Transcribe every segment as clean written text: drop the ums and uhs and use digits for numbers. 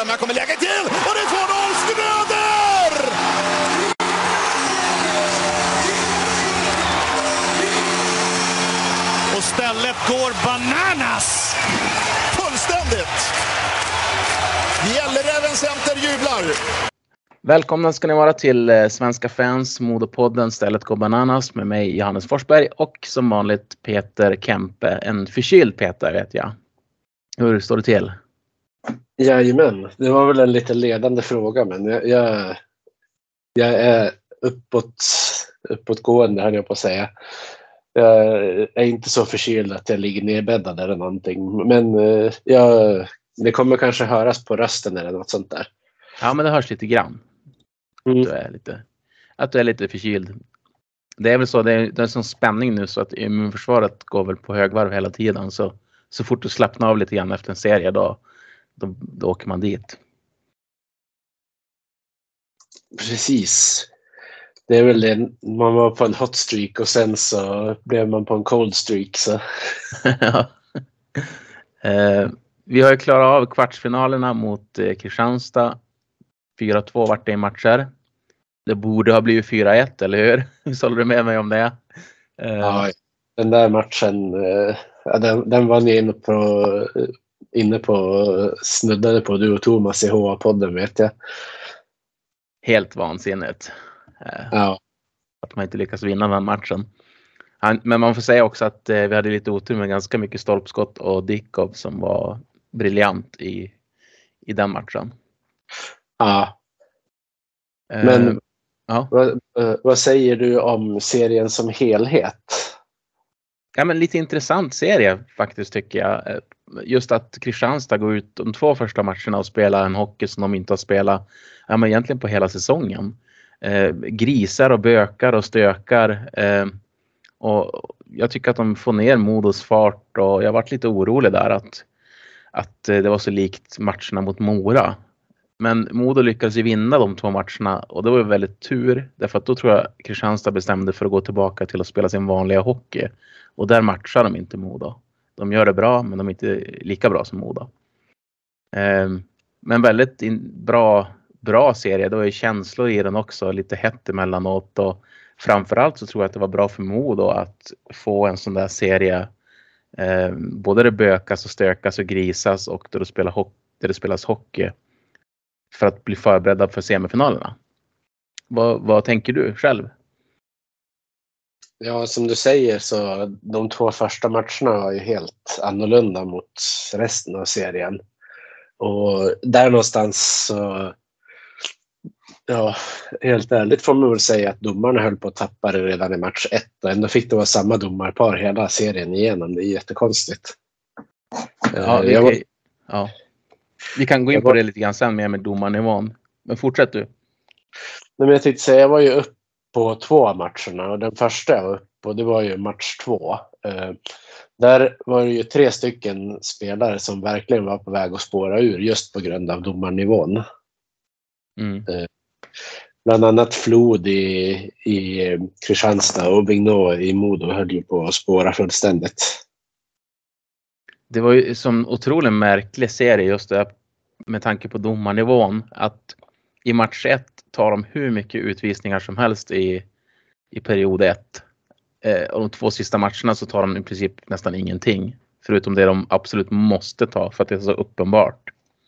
Ström, här kommer läget till och det är 2-0 Schröder! Och stället går bananas! Fullständigt! Gälleräven Center jublar! Välkomna ska ni vara till Svenska fans, Modopodden Stället går bananas med mig Johannes Forsberg och som vanligt Peter Kempe. En förkyld Peter vet jag. Hur står det till? Jajamän, det var väl en lite ledande fråga men jag är uppåtgående här jag på att säga. Jag är inte så förkyld att jag ligger nedbäddad eller någonting men det kommer kanske höras på rösten eller något sånt där. Ja men det hörs lite grann. Att du är lite förkyld. Det är väl så, det är en sån spänning nu så att immunförsvaret går väl på högvarv hela tiden. Så fort du slappnar av lite grann efter en serie då åker man dit. Precis. Det är väl det, man var på en hot streak och sen så blev man på en cold streak. Så. Vi har ju klarat av kvartsfinalerna mot Kristianstad. 4-2 vart det i matcher. Det borde ha blivit 4-1, eller hur? Hur håller du med mig om det? Ja, den där matchen, den var ni inne på snuddade på du och Thomas i HA-podden vet jag. Helt vansinnigt. Ja. Att man inte lyckas vinna den matchen. Men man får säga också att vi hade lite otur med ganska mycket stolpskott och Dickov som var briljant i den matchen. Ja. Men vad säger du om serien som helhet? Ja, men lite intressant serie faktiskt tycker jag. Just att Kristianstad går ut de 2 första matcherna och spelar en hockey som de inte har spelat men egentligen på hela säsongen. Grisar och bökar och stökar. Och jag tycker att de får ner Modos fart och jag har varit lite orolig där att det var så likt matcherna mot Mora. Men Modo lyckades ju vinna de 2 matcherna och det var ju väldigt tur. Därför att då tror jag Kristianstad bestämde för att gå tillbaka till att spela sin vanliga hockey. Och där matchar de inte Modo. De gör det bra men de är inte lika bra som Modo. Men väldigt bra serie. Det var ju känslor i den också. Lite hett emellanåt. Och framförallt så tror jag att det var bra för Modo att få en sån där serie. Både det bökas och stökas och grisas och där det spelas hockey. För att bli förberedda för semifinalerna. Vad tänker du själv? Ja, som du säger så de 2 första matcherna var ju helt annorlunda mot resten av serien. Och där någonstans så, ja, helt ärligt får man väl säga att domarna höll på att tappa det redan i match 1 och ändå fick det vara samma domarpar hela serien igenom. Det är jättekonstigt. Vi kan gå in på det lite grann sen med domarnivån. Men fortsätt du. Nej, men jag tänkte säga, jag var ju upp på 2 matcherna och den första jag var upp och det var ju match 2. Där var det ju 3 stycken spelare som verkligen var på väg att spåra ur just på grund av domarnivån. Bland annat Flod i Kristianstad och Vignå i Modo höll ju på att spåra fullständigt. Det var ju som otroligt märklig serie just det med tanke på domarnivån att i match 1 tar de hur mycket utvisningar som helst i period 1. Och de 2 sista matcherna så tar de i princip nästan ingenting. Förutom det de absolut måste ta för att det är så uppenbart.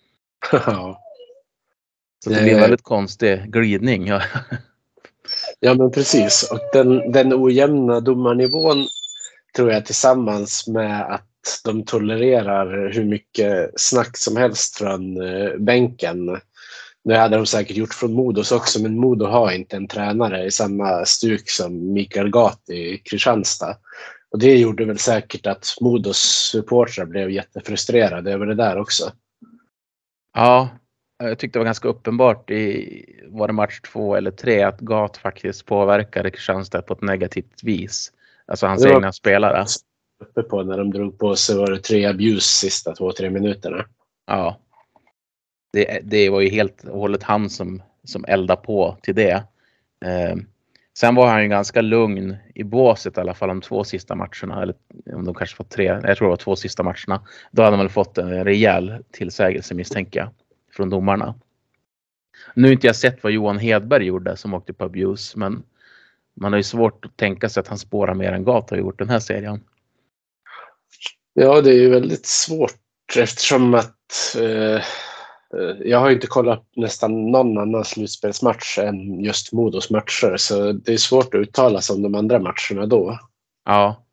Så det blir en väldigt konstig glidning. Ja men precis. Och den ojämna domarnivån tror jag tillsammans med att de tolererar hur mycket snack som helst från bänken. Det hade de säkert gjort från Modos också, men Modo har inte en tränare i samma stuk som Mikael Gat i Kristianstad. Och det gjorde väl säkert att Modos supportrar blev jättefrustrerade över det där också. Ja, jag tyckte det var ganska uppenbart var det match 2 eller 3 att Gat faktiskt påverkade Kristianstad på ett negativt vis. Alltså hans egna spelare. Uppe på när de drog på så var det 3 abuse sista 2-3 minuterna. Ja. Det var ju helt och hållet han som eldade på till det. Sen var han ju ganska lugn i båset i alla fall de 2 sista matcherna. Eller om de kanske var 3, jag tror det var 2 sista matcherna. Då hade man fått en rejäl tillsägelse misstänker jag. från domarna. Nu har inte jag sett vad Johan Hedberg gjorde som åkte på abuse, men man har ju svårt att tänka sig att han spårar mer än Gat har gjort den här serien. Ja, det är ju väldigt svårt eftersom att jag har inte kollat nästan någon annan slutspelsmatch än just Modos matcher, så det är svårt att uttala sig om de andra matcherna då. Ja.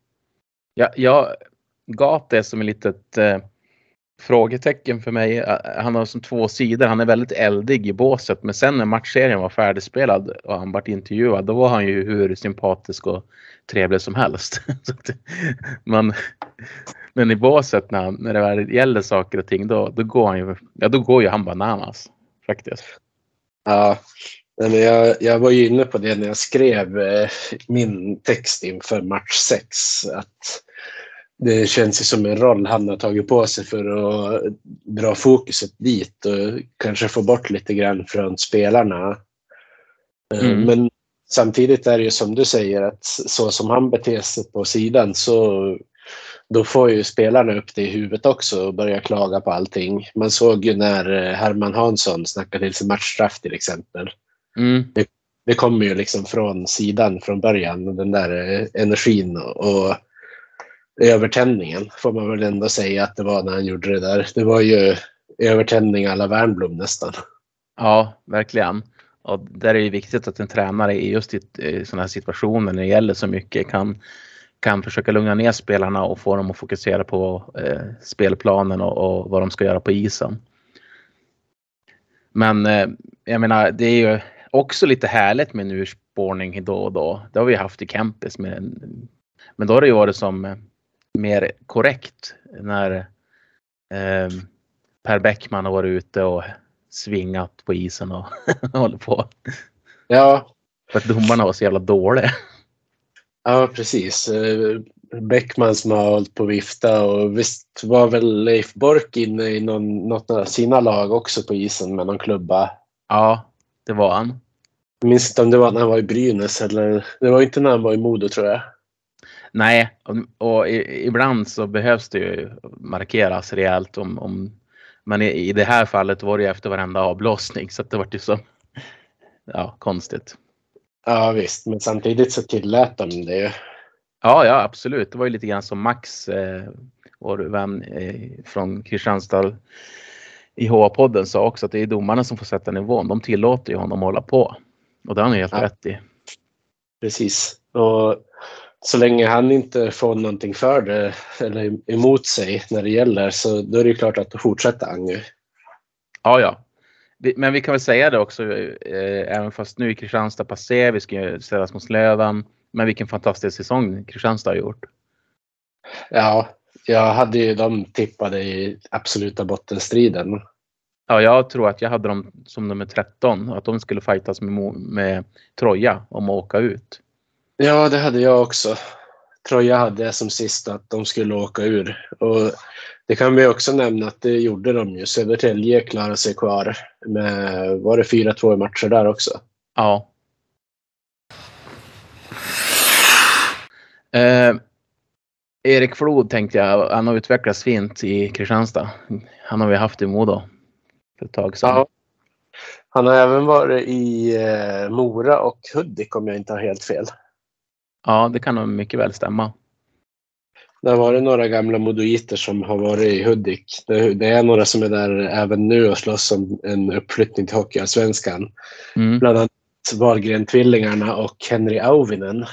Gat är som ett litet frågetecken för mig. Han har som två sidor. Han är väldigt eldig i båset, men sen när matchserien var färdigspelad och han vart intervjuad, då var han ju hur sympatisk och trevlig som helst. Men i båset när det väl gäller saker och ting, då går ju han bananas faktiskt. Ja, men jag var ju inne på det när jag skrev min text inför match 6, att det känns ju som en roll han har tagit på sig för att dra fokuset dit och kanske få bort lite grann från spelarna. Men samtidigt är det ju som du säger, att så som han beter sig på sidan, så då får ju spelarna upp det i huvudet också och börja klaga på allting. Man såg ju när Herman Hansson snackade till sig matchstraff till exempel. Det kommer ju liksom från sidan från början, den där energin och övertändningen får man väl ändå säga att det var när han gjorde det där. Det var ju övertändning alla Wernbloom nästan. Ja, verkligen. Och där är det viktigt att en tränare i just i sådana här situationer när det gäller så mycket kan försöka lugna ner spelarna och få dem att fokusera på spelplanen och vad de ska göra på isen. Men jag menar, det är ju också lite härligt med en urspårning då och då. Det har vi haft i Kempis. Men då har det ju varit som mer korrekt när Per Bäckman har varit ute och svingat på isen och håller på. Ja. För att domarna var så jävla dåliga. Ja, precis. Bäckman som har hållit på vifta, och visst var väl Leif Bork inne i något av sina lag också på isen med någon klubba. Ja, det var han. Jag minns inte om det var när han var i Brynäs, eller det var inte när han var i Modo, tror jag. Nej, och ibland så behövs det ju markeras rejält men i det här fallet var det efter varenda avblåsning, så att det var ju så konstigt. Ja visst, men samtidigt så tillät de det ju. Ja, absolut. Det var ju lite grann som Max, vår vän från Kristianstad i HA-podden, sa också att det är domarna som får sätta nivån. De tillåter ju honom hålla på. Och det har han ju helt rätt i. Precis. Och så länge han inte får någonting för det eller emot sig när det gäller, så då är det ju klart att då fortsätter han ju. Ja. Men vi kan väl säga det också, även fast nu i Kristianstad passé, vi ska ju ställas mot Löven, men vilken fantastisk säsong Kristianstad har gjort. Ja, jag hade ju dem tippade i absoluta bottenstriden. Ja, jag tror att jag hade dem som nummer 13, att de skulle fightas med Troja om att åka ut. Ja, det hade jag också. Troja hade som sist att de skulle åka ur. Och det kan vi också nämna att det gjorde de ju. Södertälje klarade sig kvar. Var det 4-2 i matcher där också? Ja. Erik Flod tänkte jag, han har utvecklats fint i Kristianstad. Han har vi haft i Modo för ett tag sedan. Ja. Han har även varit i Mora och Hudik om jag inte har helt fel. Ja, det kan nog mycket väl stämma. Det har varit några gamla modoiter som har varit i Hudik. Det är några som är där även nu och slåss om en uppflyttning till Hockeyallsvenskan. Bland annat Wahlgren-tvillingarna och Henry Auvinen.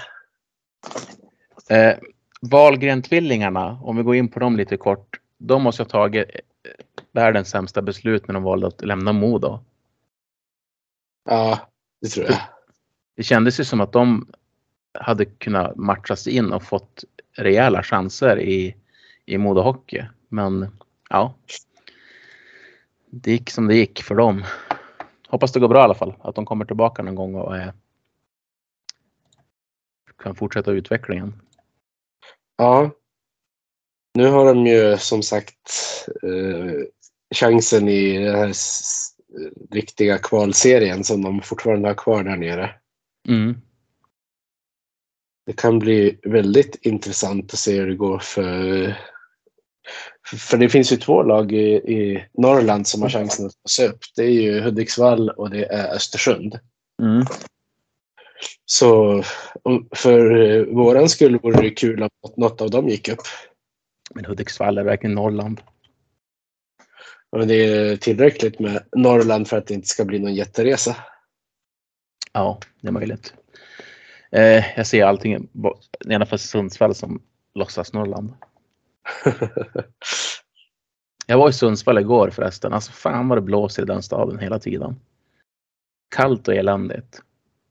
Wahlgren-tvillingarna, om vi går in på dem lite kort. De måste ha tagit världens sämsta beslut när de valde att lämna Modo. Ja, det tror jag. Det kändes ju som att de hade kunnat matchas in och fått rejäla chanser i Modo Hockey. Men ja, det gick som det gick för dem. Hoppas det går bra i alla fall. Att de kommer tillbaka någon gång och kan fortsätta utvecklingen. Ja, nu har de ju som sagt chansen i den här riktiga kvalserien som de fortfarande har kvar där nere. Det kan bli väldigt intressant att se hur det går för För det finns ju 2 lag i Norrland som har chansen att ta sig upp. Det är ju Hudiksvall och det är Östersund. Mm. Så för våran skull vore det kul att något av dem gick upp. Men Hudiksvall är verkligen Norrland. Men det är tillräckligt med Norrland för att det inte ska bli någon jätteresa. Ja, det är möjligt. Jag ser allting, i alla fall Sundsvall, som låtsas Norrland. Jag var i Sundsvall igår förresten. Alltså fan vad det blåser i den staden hela tiden. Kallt och eländigt.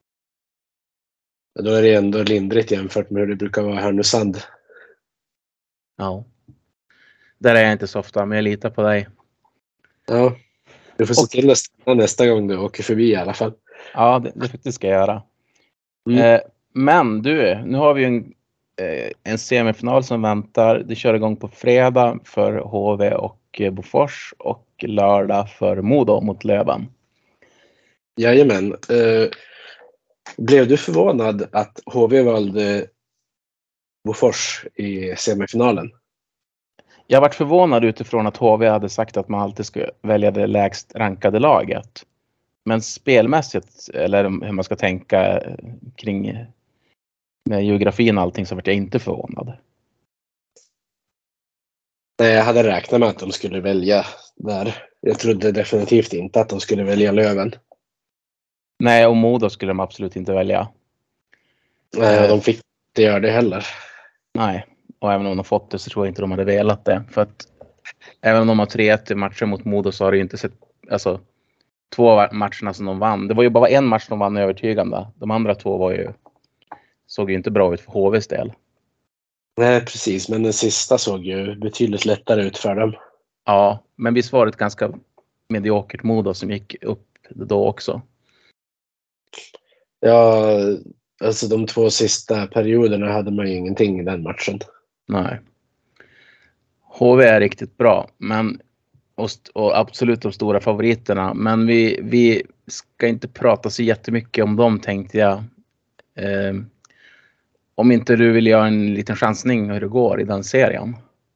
Då är det ändå lindrigt jämfört med hur det brukar vara här nu Sand. Ja. Där är jag inte så ofta, men jag litar på dig. Ja, du får se till att stanna nästa gång du åker förbi i alla fall. Ja, det faktiskt ska jag göra. Men du, nu har vi ju en semifinal som väntar. Det kör igång på fredag för HV och Bofors och lördag för Modo mot Löven. Jajamän. Blev du förvånad att HV valde Bofors i semifinalen? Jag varit förvånad utifrån att HV hade sagt att man alltid ska välja det lägst rankade laget. Men spelmässigt, eller hur man ska tänka kring med geografin och allting, så vart jag inte förvånad. Nej, jag hade räknat med att de skulle välja där. Jag trodde definitivt inte att de skulle välja Löven. Nej, och Modo skulle de absolut inte välja. Nej, de fick inte göra det heller. Nej, och även om de fått det så tror jag inte de hade velat det. För att även om de har 3-1 matcher mot Modo så har det ju inte sett, alltså 2 matcherna som de vann. Det var ju bara en match de vann övertygande. De andra 2 såg ju inte bra ut för HVs del. Nej, precis. Men den sista såg ju betydligt lättare ut för dem. Ja, men visst var det ett ganska mediokert Modo som gick upp då också. Ja, alltså de 2 sista perioderna hade man ju ingenting i den matchen. Nej. HV är riktigt bra, men och absolut de stora favoriterna. Men vi ska inte prata så jättemycket om dem, tänkte jag. Om inte du vill göra en liten chansning hur det går i den serien.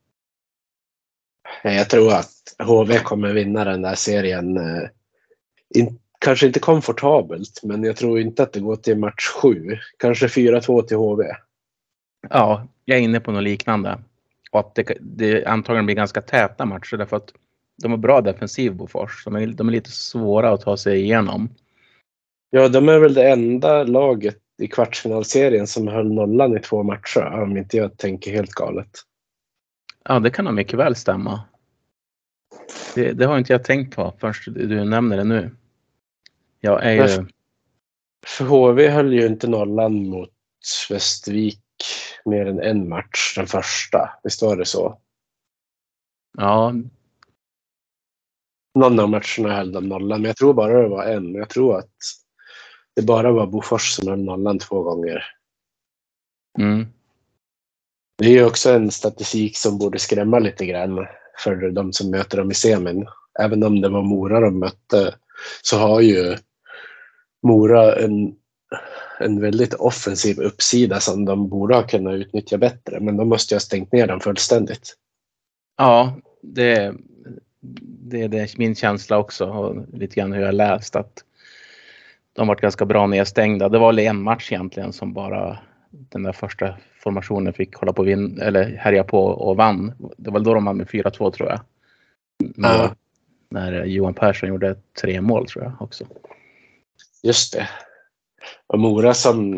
Jag tror att HV kommer vinna den där serien. Kanske inte komfortabelt, men jag tror inte att det går till match 7. Kanske 4-2 till HV. Ja, jag är inne på något liknande. Och att det antagligen blir ganska täta matcher därför att de har bra defensiv Bofors. De är lite svåra att ta sig igenom. Ja, de är väl det enda laget i kvartsfinalserien som höll nollan i 2 matcher, om inte jag tänker helt galet. Ja, det kan nog mycket väl stämma. Det har inte jag tänkt på först du nämner det nu. Jag är ju... För HV höll ju inte nollan mot Västervik mer än en match, den första. Visst var det så? Ja. Någon av matcherna höll de nollan, men jag tror bara det var en. Jag tror att det bara var Bofors som höll nollan 2 gånger. Mm. Det är ju också en statistik som borde skrämma lite grann för de som möter dem i semin. Även om det var Mora de mötte så har ju Mora en väldigt offensiv uppsida som de borde ha kunnat utnyttja bättre. Men de måste ju ha stängt ner dem fullständigt. Ja, det är min känsla också. Och lite grann hur jag läst att de varit ganska bra nedstängda. Det var en match egentligen som bara den där första formationen fick hålla på eller härja på och vann. Det var då de vann med 4-2 tror jag. Ja. När Johan Persson gjorde 3 mål tror jag också. Just det. Och Mora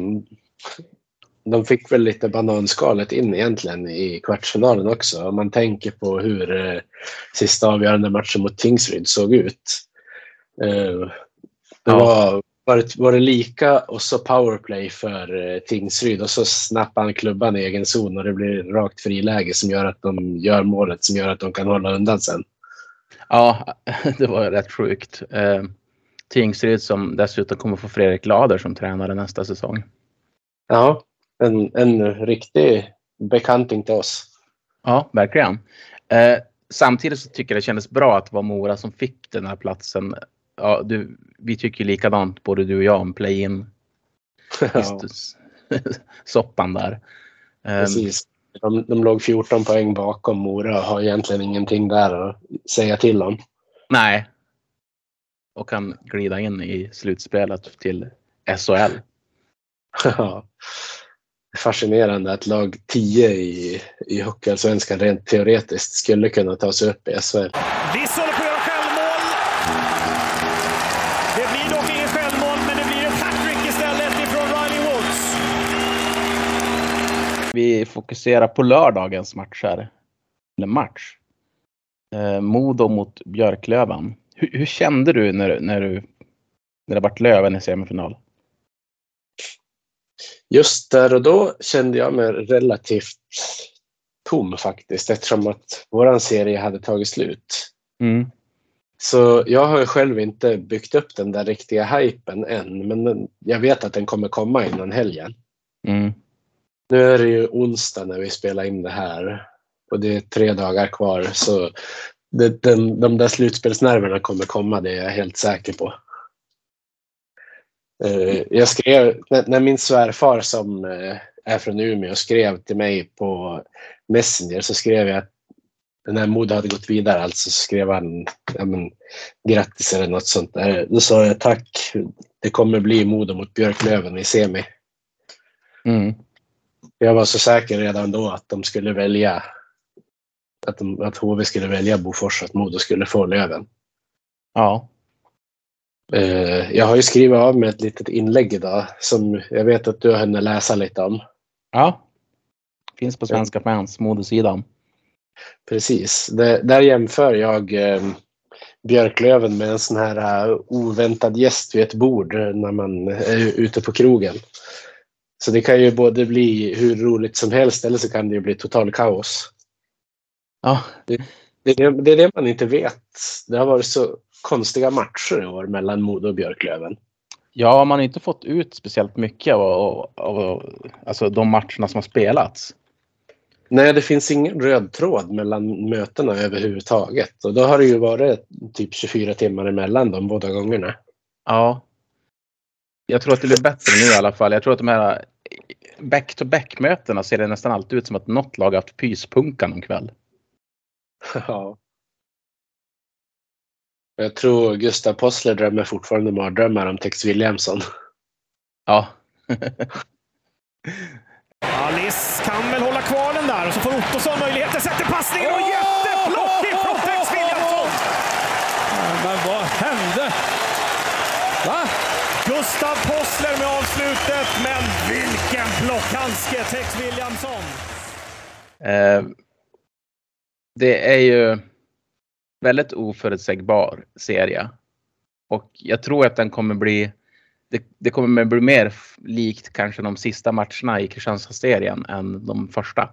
de fick väl lite bananskalet in egentligen i kvartsfinalen också. Om man tänker på hur sista avgörande matchen mot Tingsryd såg ut. Var det lika och så powerplay för Tingsryd och så snappar han klubban i egen zon och det blir rakt friläge som gör att de gör målet som gör att de kan hålla undan sen. Ja, det var rätt sjukt. Tingsryd som dessutom kommer få Fredrik Lader som tränare nästa säsong. Ja, en riktig bekanting till oss. Ja, verkligen. Samtidigt så tycker jag det kändes bra att det var Mora som fick den här platsen. Ja, vi tycker likadant, både du och jag, om play-in. Ja. Soppan där. Precis. De låg 14 poäng bakom Mora och har egentligen ingenting där att säga till om. Nej. Och kan glida in i slutspelet till SHL. Ja. Fascinerande att lag 10 i Hockeyallsvenskan rent teoretiskt skulle kunna ta sig upp i SHL. Viss håller på att göra självmål. Det blir dock ingen självmål, men det blir ett hattrick istället ifrån Riley Woods. Vi fokuserar på lördagens matcher. Eller match. Modo mot Björklöven. Hur kände du när det varit Löven i semifinal? Just där och då kände jag mig relativt tom faktiskt, eftersom att våran serie hade tagit slut. Mm. Så jag har ju själv inte byggt upp den där riktiga hypen än, men jag vet att den kommer komma innan helgen. Mm. Nu är det ju onsdag när vi spelar in det här och det är 3 dagar kvar, så de där slutspelsnerverna kommer komma, det är jag helt säker på. Jag skrev, när min svärfar som är från Umeå skrev till mig på Messenger, så skrev jag att när Modo hade gått vidare, alltså så skrev han grattis eller något sånt där. Då sa jag tack, det kommer bli Modo mot Björklöven i semi. Mm. Jag var så säker redan då att de skulle välja att HV skulle välja Bofors, att Modo skulle få Löven. Ja. Jag har ju skrivit av med ett litet inlägg idag som jag vet att du har hunnit läsa lite om. Ja. Finns på Svenska Fans Modosidan. Precis. Där jämför jag Björklöven med en sån här oväntad gäst vid ett bord när man är ute på krogen. Så det kan ju både bli hur roligt som helst, eller så kan det ju bli total kaos. Ja. Det är det man inte vet. Det har varit så konstiga matcher i år mellan Modo och Björklöven. Ja, man har inte fått ut speciellt mycket av alltså de matcherna som har spelats. Nej, det finns ingen röd tråd mellan mötena överhuvudtaget. Och då har det ju varit typ 24 timmar emellan de båda gångerna. Ja. Jag tror att det blir bättre nu i alla fall. Jag tror att de här back-to-back-mötena ser det nästan alltid ut som att något lag har haft pyspunka någon kväll. Ja. Jag tror Gustav Possler drömmer fortfarande mardrömmar om Tex Williamson. Ja. Alice kan väl hålla kvar den där och så får Ottosson möjligheten, sätter passningen och jätteplock ifrån Tex Williamson. Men vad hände? Va? Gustav Possler med avslutet, men vilken blockhandske Tex Williamson. Det är ju väldigt oförutsägbar serie. Och jag tror att den kommer bli det kommer bli mer likt kanske de sista matcherna i Kristianstad-serien än de första.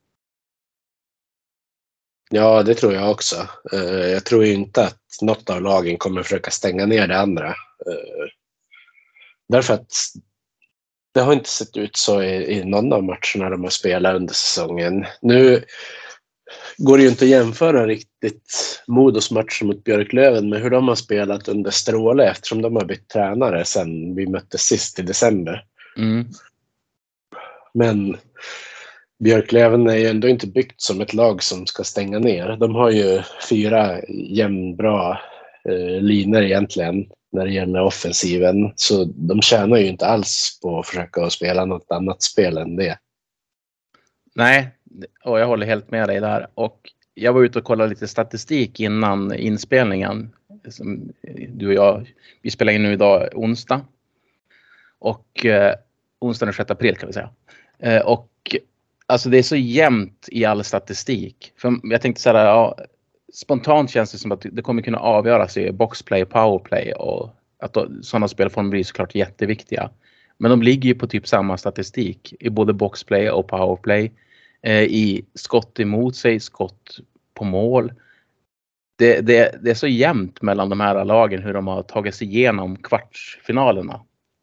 Ja, det tror jag också. Jag tror ju inte att något av lagen kommer försöka stänga ner det andra. Därför att det har inte sett ut så i någon av matcherna de har spelat under säsongen. Nu går det ju inte att jämföra riktigt Modos matcher mot Björklöven med hur de har spelat under Stråle, eftersom de har bytt tränare sedan vi möttes sist i december. Mm. Men Björklöven är ju ändå inte byggt som ett lag som ska stänga ner. De har ju 4 jämnbra linjer egentligen när det gäller offensiven. Så de tjänar ju inte alls på att försöka spela något annat spel än det. Nej, och jag håller helt med dig där. Och jag var ute och kollade lite statistik innan inspelningen. Som du och jag, vi spelar in nu idag onsdag. Och onsdag den 6 april kan vi säga. Och alltså det är så jämnt i all statistik. För jag tänkte så här, ja, spontant känns det som att det kommer kunna avgöras i boxplay, powerplay och att sådana spelformer blir såklart jätteviktiga. Men de ligger ju på typ samma statistik i både boxplay och powerplay. I skott emot sig, skott på mål. Det är så jämnt mellan de här lagen hur de har tagit sig igenom kvartsfinalerna.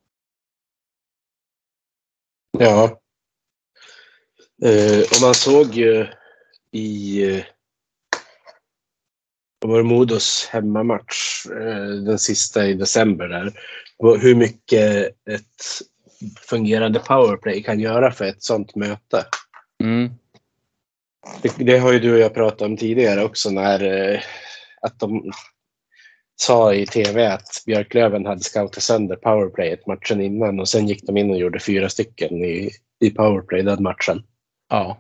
Ja. Och man såg ju i Modos hemmamatch den sista i december där, hur mycket ett fungerande powerplay kan göra för ett sånt möte. Mm. Det har ju du och jag pratat om tidigare också, när att de sa i tv att Björklöven hade scoutat sönder powerplayet matchen innan och sen gick de in och gjorde 4 stycken i powerplay den matchen. Ja.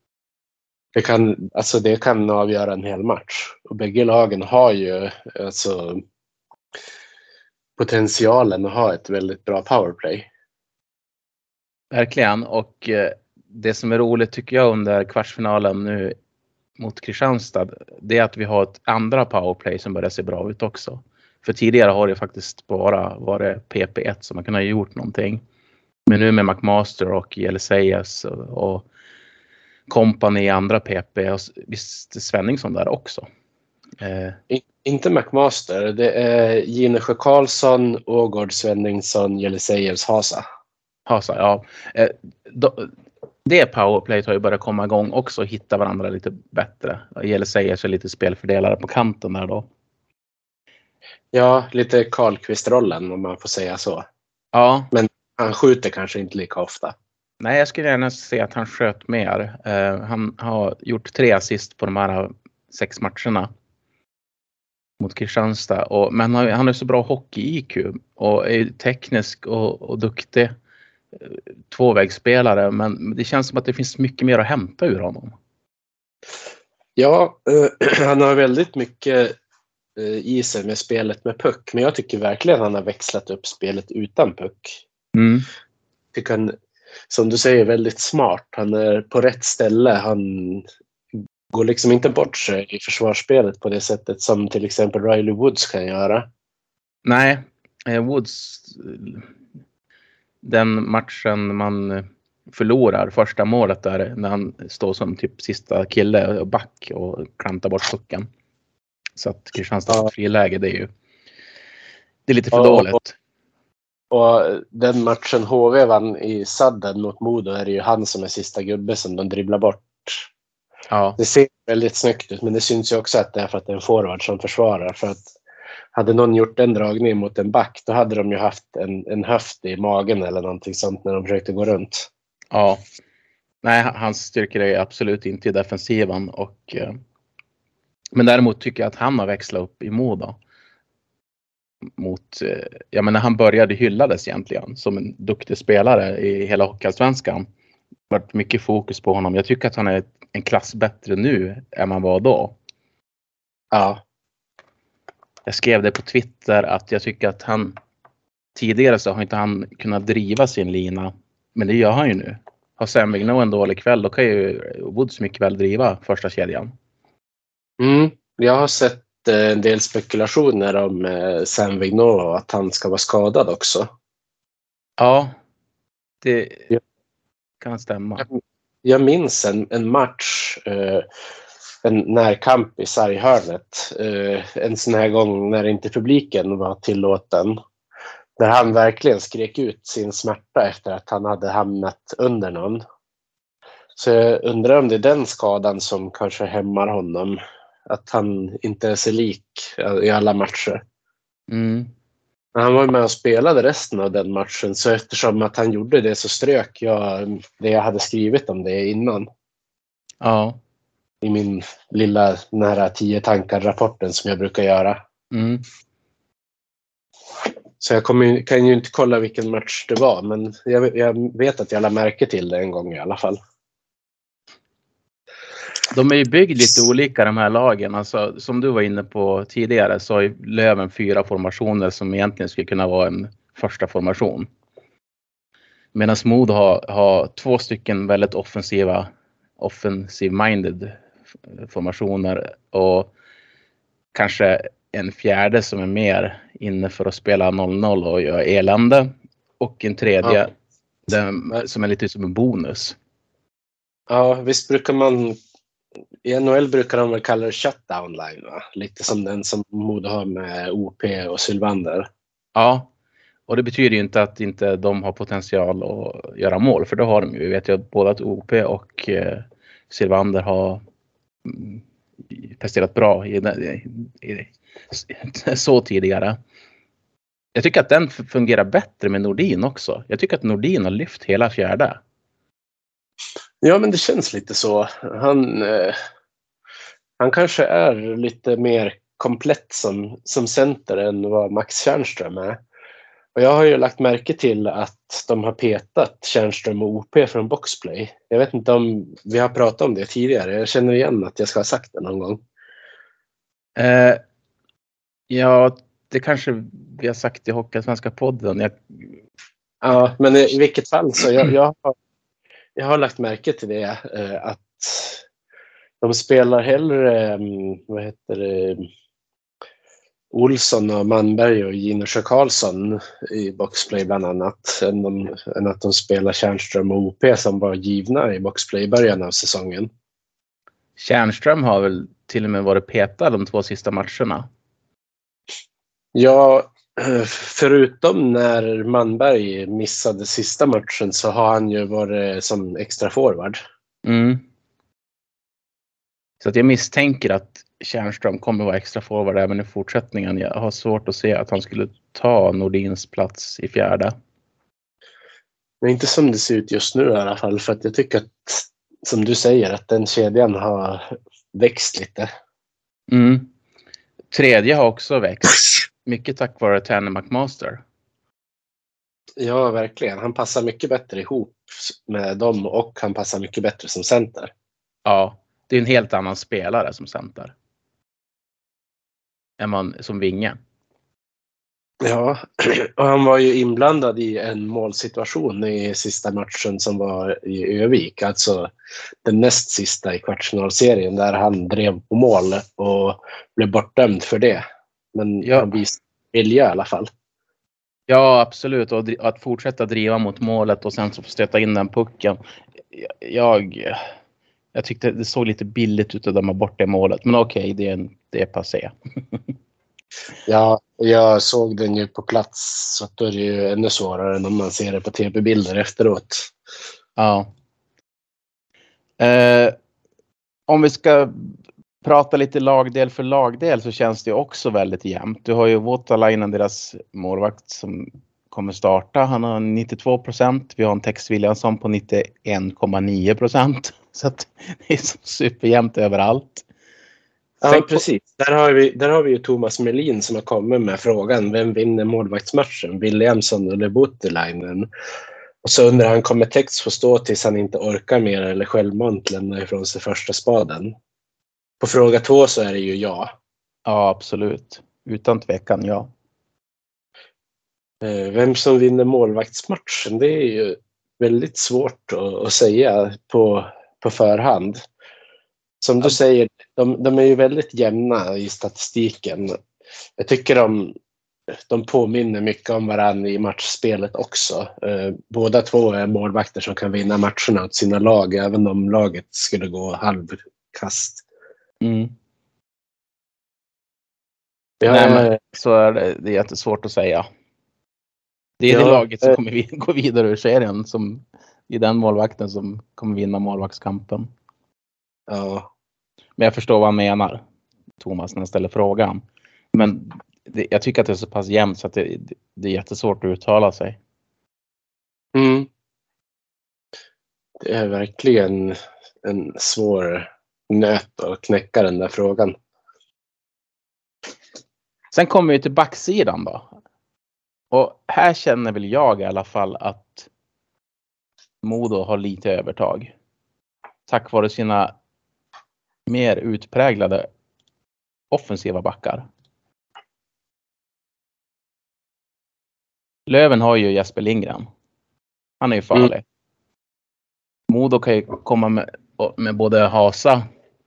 Det kan avgöra en hel match. Och bägge lagen har ju alltså potentialen att ha ett väldigt bra powerplay. Verkligen, och det som är roligt tycker jag under kvartsfinalen nu mot Kristianstad, det är att vi har ett andra powerplay som börjar se bra ut också. För tidigare har det faktiskt bara varit PP1 som man kunde ha gjort någonting. Men nu med McMaster och Jelisejs och kompani i andra PP, och visst är Svenningsson där också. Inte McMaster, det är Ginesjö Karlsson, Ågård, Svenningsson, Jelisejevs, Hasa, ja. Det powerplayet har ju börjat komma igång också och hitta varandra lite bättre. Jelisejevs är lite spelfördelare på kanten där då. Ja, lite Karlqvist-rollen om man får säga så. Ja. Men han skjuter kanske inte lika ofta. Nej, jag skulle gärna se att han sköt mer. Han har gjort 3 assist på de här 6 matcherna mot Kristianstad. Men han är så bra hockey-IQ och är teknisk och duktig. 2-vägsspelare, men det känns som att det finns mycket mer att hämta ur honom. Ja, han har väldigt mycket i sig med spelet med puck, men jag tycker verkligen han har växlat upp spelet utan puck. Tycker han, som du säger, väldigt smart. Han är på rätt ställe. Han går liksom inte bort sig i försvarsspelet på det sättet som till exempel Riley Woods kan göra. Nej, Woods, den matchen man förlorar första målet där när han står som typ sista kille och back och klantar bort pucken. Så att Kristianstad friläge, det är lite för dåligt. Och den matchen HV vann i sadden mot Modo är det ju han som är sista gubbe som de dribblar bort. Ja. Det ser väldigt snyggt ut, men det syns ju också att det är för att det är en forward som försvarar. För att hade någon gjort den dragningen mot en back, då hade de ju haft en höft i magen eller någonting sånt när de försökte gå runt. Ja. Nej, hans styrkor är absolut inte i defensiven. Men däremot tycker jag att han har växlat upp i Modo. Jag menar, han började hyllades egentligen som en duktig spelare i hela Hockeyallsvenskan. Det har varit mycket fokus på honom. Jag tycker att han är en klass bättre nu än man var då. Ja. Jag skrev det på Twitter att jag tycker att tidigare så har inte han kunnat driva sin lina. Men det gör han ju nu. Har Sam Vigneault en dålig kväll, då kan ju Woods mycket väl driva första kedjan. Jag har sett en del spekulationer om Sam Vigneault och att han ska vara skadad också. Ja, det kan stämma. Jag minns en match, en närkamp i sarghörnet, en sån här gång när inte publiken var tillåten. Där han verkligen skrek ut sin smärta efter att han hade hamnat under någon. Så jag undrar om det är den skadan som kanske hämmar honom. Att han inte är så lik i alla matcher. Men han var med och spelade resten av den matchen. Så eftersom att han gjorde det så strök jag det jag hade skrivit om det innan. Ja. I min lilla nära 10 tankar-rapporten som jag brukar göra. Så jag kan ju inte kolla vilken match det var. Men jag vet att jag lade märke till det en gång i alla fall. De är ju byggd lite olika de här lagen. Alltså, som du var inne på tidigare så har ju Löven 4 formationer som egentligen skulle kunna vara en första formation. Medan Modo har 2 stycken väldigt offensive-minded formationer och kanske en fjärde som är mer inne för att spela 0-0 och göra elände. Och en tredje som är lite som en bonus. Ja, visst brukar man... I NHL brukar de väl kalla det shutdown line, va? Lite som den som Modo har med OP och Sylvander. Ja, och det betyder ju inte att inte de har potential att göra mål. För det har de ju. Vi vet ju att både att OP och Sylvander har presterat bra så tidigare. Jag tycker att den fungerar bättre med Nordin också. Jag tycker att Nordin har lyft hela fjärde. Ja, men det känns lite så. Han kanske är lite mer komplett som center än vad Max Tjärnström är. Och jag har ju lagt märke till att de har petat Tjärnström och OP från boxplay. Jag vet inte om vi har pratat om det tidigare. Jag känner igen att jag ska ha sagt det någon gång. Ja, det kanske vi har sagt i Hockeysvenska podden. Ja, men i vilket fall så jag har lagt märke till det, att de spelar hellre Olsson och Manberg och Ginosjö Karlsson i boxplay bland annat än att de spelar Tjärnström och OP som var givna i boxplay i början av säsongen. Tjärnström har väl till och med varit petad de 2 sista matcherna. Ja, förutom när Manberg missade sista matchen så har han ju varit som extra forward. Så att jag misstänker att Tjärnström kommer vara extra forward även i fortsättningen. Jag har svårt att se att han skulle ta Nordins plats i fjärde. Men inte som det ser ut just nu i alla fall, för att jag tycker att, som du säger, att den kedjan har växt lite. Tredje har också växt. Mycket tack vare Tanner McMaster. Ja, verkligen. Han passar mycket bättre ihop med dem och han passar mycket bättre som center. Ja, det är en helt annan spelare som center än man som vinge. Ja, och han var ju inblandad i en målsituation i sista matchen som var i Övik. Alltså den näst sista i kvartsfinalserien där han drev på mål och blev bortdömd för det. Men han visade vilja i alla fall. Ja, absolut. Och att fortsätta driva mot målet och sen så stöta in den pucken. Jag tyckte det såg lite billigt ut att döma bort det målet. Men okej, det är passé. Ja, jag såg den ju på plats, så då är det ju ännu svårare än om man ser det på tv-bilder efteråt. Ja. Om vi ska prata lite lagdel för lagdel så känns det också väldigt jämnt. Du har ju Voutalainen, deras målvakt, som kommer starta. Han har 92%. Vi har en Tex Williamson på 91,9%. Så att det är så superjämnt överallt. Ja, precis. Där har vi ju Thomas Melin som har kommit med frågan: vem vinner målvaktsmatchen? Williamson eller Voutalainen? Och så undrar han, kommer Tex få stå tills han inte orkar mer eller självmant lämna ifrån sig första spaden? På fråga 2 så är det ju ja. Ja, absolut. Utan tvekan, ja. Vem som vinner målvaktsmatchen, det är ju väldigt svårt att säga på förhand. Som du säger, de är ju väldigt jämna i statistiken. Jag tycker de påminner mycket om varandra i matchspelet också. Båda två är målvakter som kan vinna matcherna åt sina lag, även om laget skulle gå halvkast. Så är det är jättesvårt att säga. Det är det laget som kommer gå vidare ur serien, som i den målvakten som kommer vinna målvaktskampen. Ja. Men jag förstår vad han menar, Thomas, när han ställer frågan. Men jag tycker att det är så pass jämnt så att det är jättesvårt att uttala sig. Det är verkligen en svår nöt att knäcka, den där frågan. Sen kommer vi till backsidan då. Och här känner väl jag i alla fall att Modo har lite övertag. Tack vare sina mer utpräglade offensiva backar. Löven har ju Jesper Lindgren. Han är ju farlig. Modo kan ju komma med både Hasa,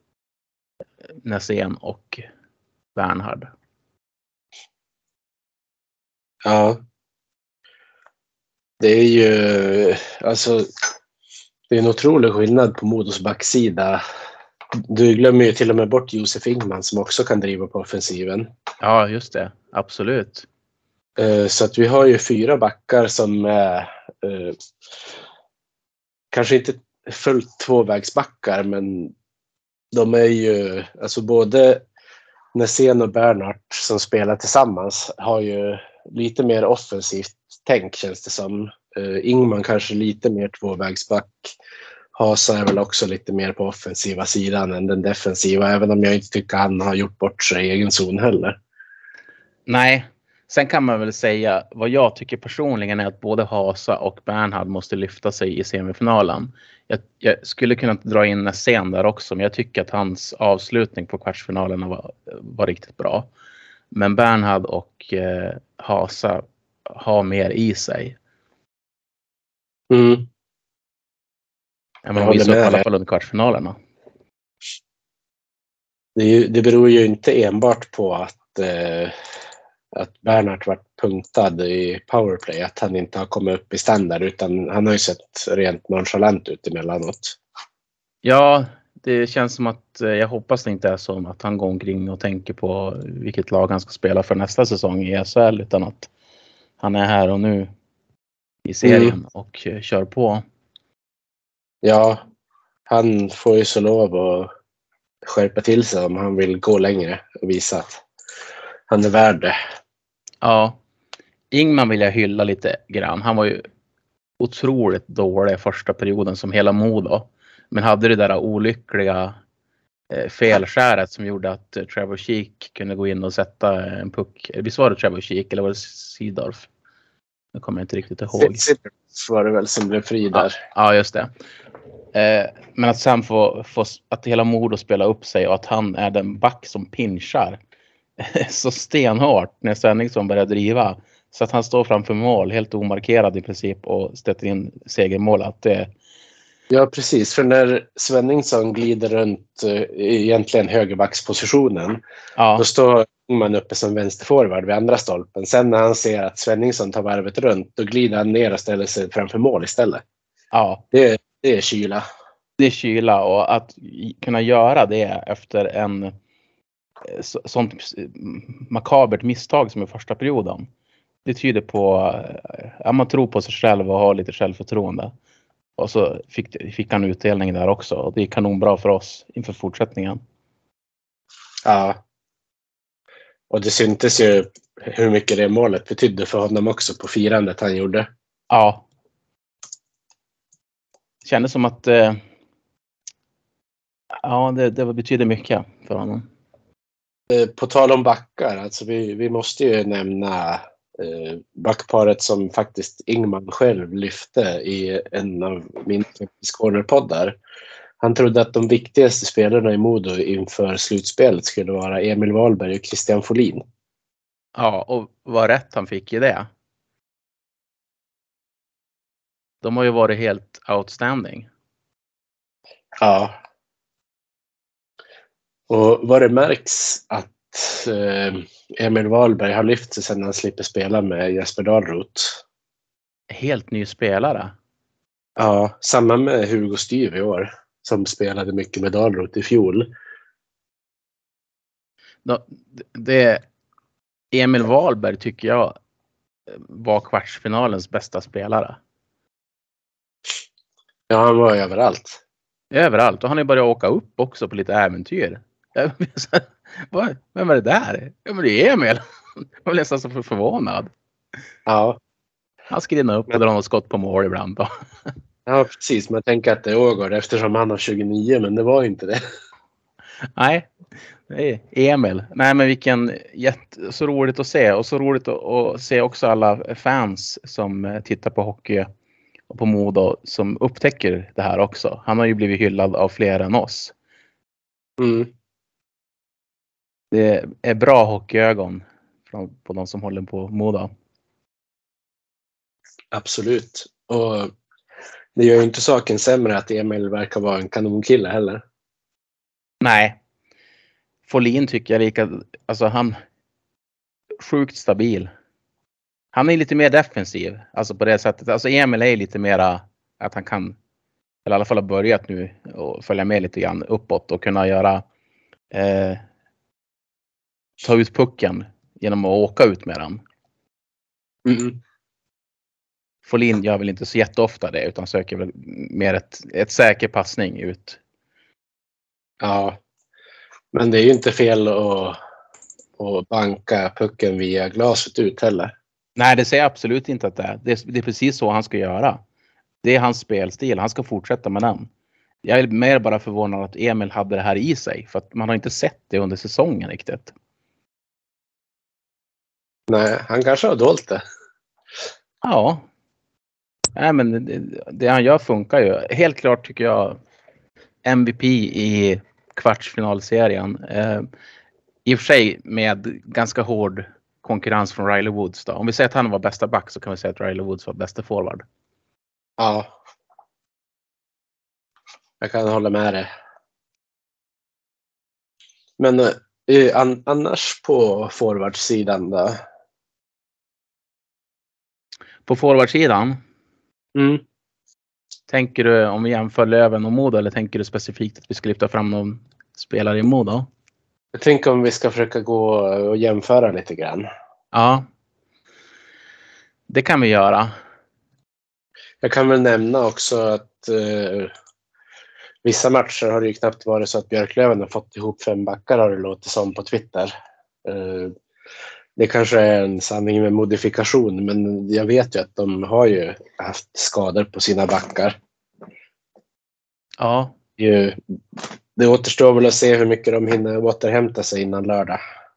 Näsén och Bernhard. Ja. Det är ju det är en otrolig skillnad på Modos backsida. Du glömmer ju till och med bort Josef Ingman som också kan driva på offensiven. Ja, just det. Absolut. Så att vi har ju 4 backar som är kanske inte fullt tvåvägsbackar, men de är ju, alltså både Näsén och Bernhardt som spelar tillsammans har ju lite mer offensivt tänk, känns det som. Ingman kanske lite mer tvåvägsback Hasa är väl också lite mer på offensiva sidan än den defensiva, även om jag inte tycker han har gjort bort sig i egen zon heller. Nej, sen kan man väl säga vad jag tycker personligen är att både Hasa och Bernhard måste lyfta sig i semifinalen. Jag skulle kunna dra in en scen där också, men jag tycker att hans avslutning på kvartsfinalen var riktigt bra. Men Bernhard och Hasa har mer i sig. Mm. Man visar i alla fall under kvartsfinalerna. Det beror ju inte enbart på att Bernhard varit punktad i powerplay, att han inte har kommit upp i standard, utan han har ju sett rent nonchalant ut emellanåt. Ja, det känns som att jag hoppas det inte är så att han går omkring och tänker på vilket lag han ska spela för nästa säsong i SHL, utan att han är här och nu i serien och kör på. Ja, han får ju så lov att skärpa till sig om han vill gå längre och visa att han är värd det. Ja, Ingman vill jag hylla lite grann. Han var ju otroligt dålig första perioden som hela Modo. Men hade det där olyckliga felskäret som gjorde att Trevor Sheek kunde gå in och sätta en puck. Visst var det Trevor Sheek eller var det Seedorf? Det kommer jag inte riktigt ihåg. Seedorf var det väl som blev fri där. Ja, just det. Men att sen få att hela Modo spela upp sig och att han är den back som pinchar så stenhårt när Svenningsson börjar driva. Så att han står framför mål helt omarkerad i princip och stöter in segermål. Att det... Ja, precis. För när Svenningsson glider runt egentligen högerbackspositionen, då står man uppe som vänsterforward vid andra stolpen. Sen när han ser att Svenningsson tar varvet runt, då glider han ner och ställer sig framför mål istället. Ja. Det är kyla. Det är kyla, och att kunna göra det efter en sånt makabert misstag som i första perioden. Det tyder på att man tror på sig själv och har lite självförtroende. Och så fick han utdelning där också. Och det är kanonbra för oss inför fortsättningen. Ja. Och det syntes ju hur mycket det målet betydde för honom också på firandet han gjorde. Ja. Det kändes som att det betyder mycket för honom. På tal om backar, alltså vi måste ju nämna backparet som faktiskt Ingman själv lyfte i en av min cornerpoddar. Han trodde att de viktigaste spelarna i Modo inför slutspelet skulle vara Emil Wahlberg och Christian Folin. Ja, och vad rätt han fick i det. De har ju varit helt outstanding. Ja. Och vad det märks att Emil Wahlberg har lyft sig sedan han slipper spela med Jesper Dahlroth. Helt ny spelare. Ja, samma med Hugo Styv i år, som spelade mycket med Dahlroth i fjol. Emil Wahlberg tycker jag var kvartsfinalens bästa spelare. Ja, han var överallt. Överallt. Och han har börjat åka upp också på lite äventyr. Vem är det där? Ja, men det är Emil. Jag var nästan så förvånad. Ja. Han skriver upp och drar något skott på mål ibland då. Ja, precis. Man tänker att det är Ågård eftersom han har 29, men det var inte det. Nej, det är Emil. Nej, men vilken så roligt att se. Och så roligt att se också alla fans som tittar på hockey och på Modo som upptäcker det här också. Han har ju blivit hyllad av fler än oss. Mm. Det är bra hockeyögon på de som håller på Modo. Absolut. Och det gör ju inte saken sämre att Emil verkar vara en kanonkille heller. Nej. Folin tycker jag han sjukt stabil. Han är lite mer defensiv. Alltså på det sättet. Alltså Emil är lite mera att han kan, eller i alla fall har börjat nu och följa med lite grann uppåt och kunna göra ta ut pucken genom att åka ut med den. Mm. Folin gör väl inte så jätteofta det, utan söker väl mer ett säker passning ut. Ja, men det är ju inte fel att banka pucken via glaset ut heller. Nej, det säger absolut inte att det är. Det är precis så han ska göra. Det är hans spelstil. Han ska fortsätta med den. Jag är mer bara förvånad att Emil hade det här i sig. För att man har inte sett det under säsongen riktigt. Nej, han kanske har dolt det. Ja. Nej, men det han gör funkar ju. Helt klart tycker jag MVP i kvartsfinalserien. I och för sig med ganska hård konkurrens från Riley Woods då. Om vi säger att han var bästa back så kan vi säga att Riley Woods var bästa forward. Ja. Jag kan hålla med dig. Men annars på forwardsidan då? På forwardsidan? Mm. Tänker du om vi jämför Löven och Modo eller tänker du specifikt att vi ska lyfta fram någon spelare i Modo? Jag tänker om vi ska försöka gå och jämföra lite grann. Ja. Det kan vi göra. Jag kan väl nämna också att vissa matcher har det ju knappt varit så att Björklöven har fått ihop 5 backar, har det låtit som på Twitter. Det kanske är en sanning med modifikation, men jag vet ju att de har ju haft skador på sina backar. Ja. Det återstår väl att se hur mycket de hinner återhämta sig innan lördag.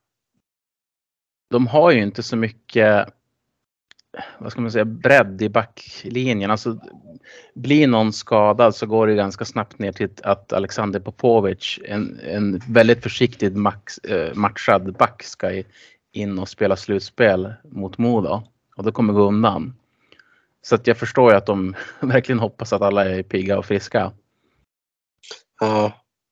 De har ju inte så mycket, vad ska man säga, bredd i backlinjen. Alltså, blir någon skadad så går det ganska snabbt ner till att Alexander Popovic, en väldigt försiktigt matchad back, ska in och spela slutspel mot Modo. Och då kommer gå undan. Så att jag förstår ju att de verkligen hoppas att alla är pigga och friska. Ja.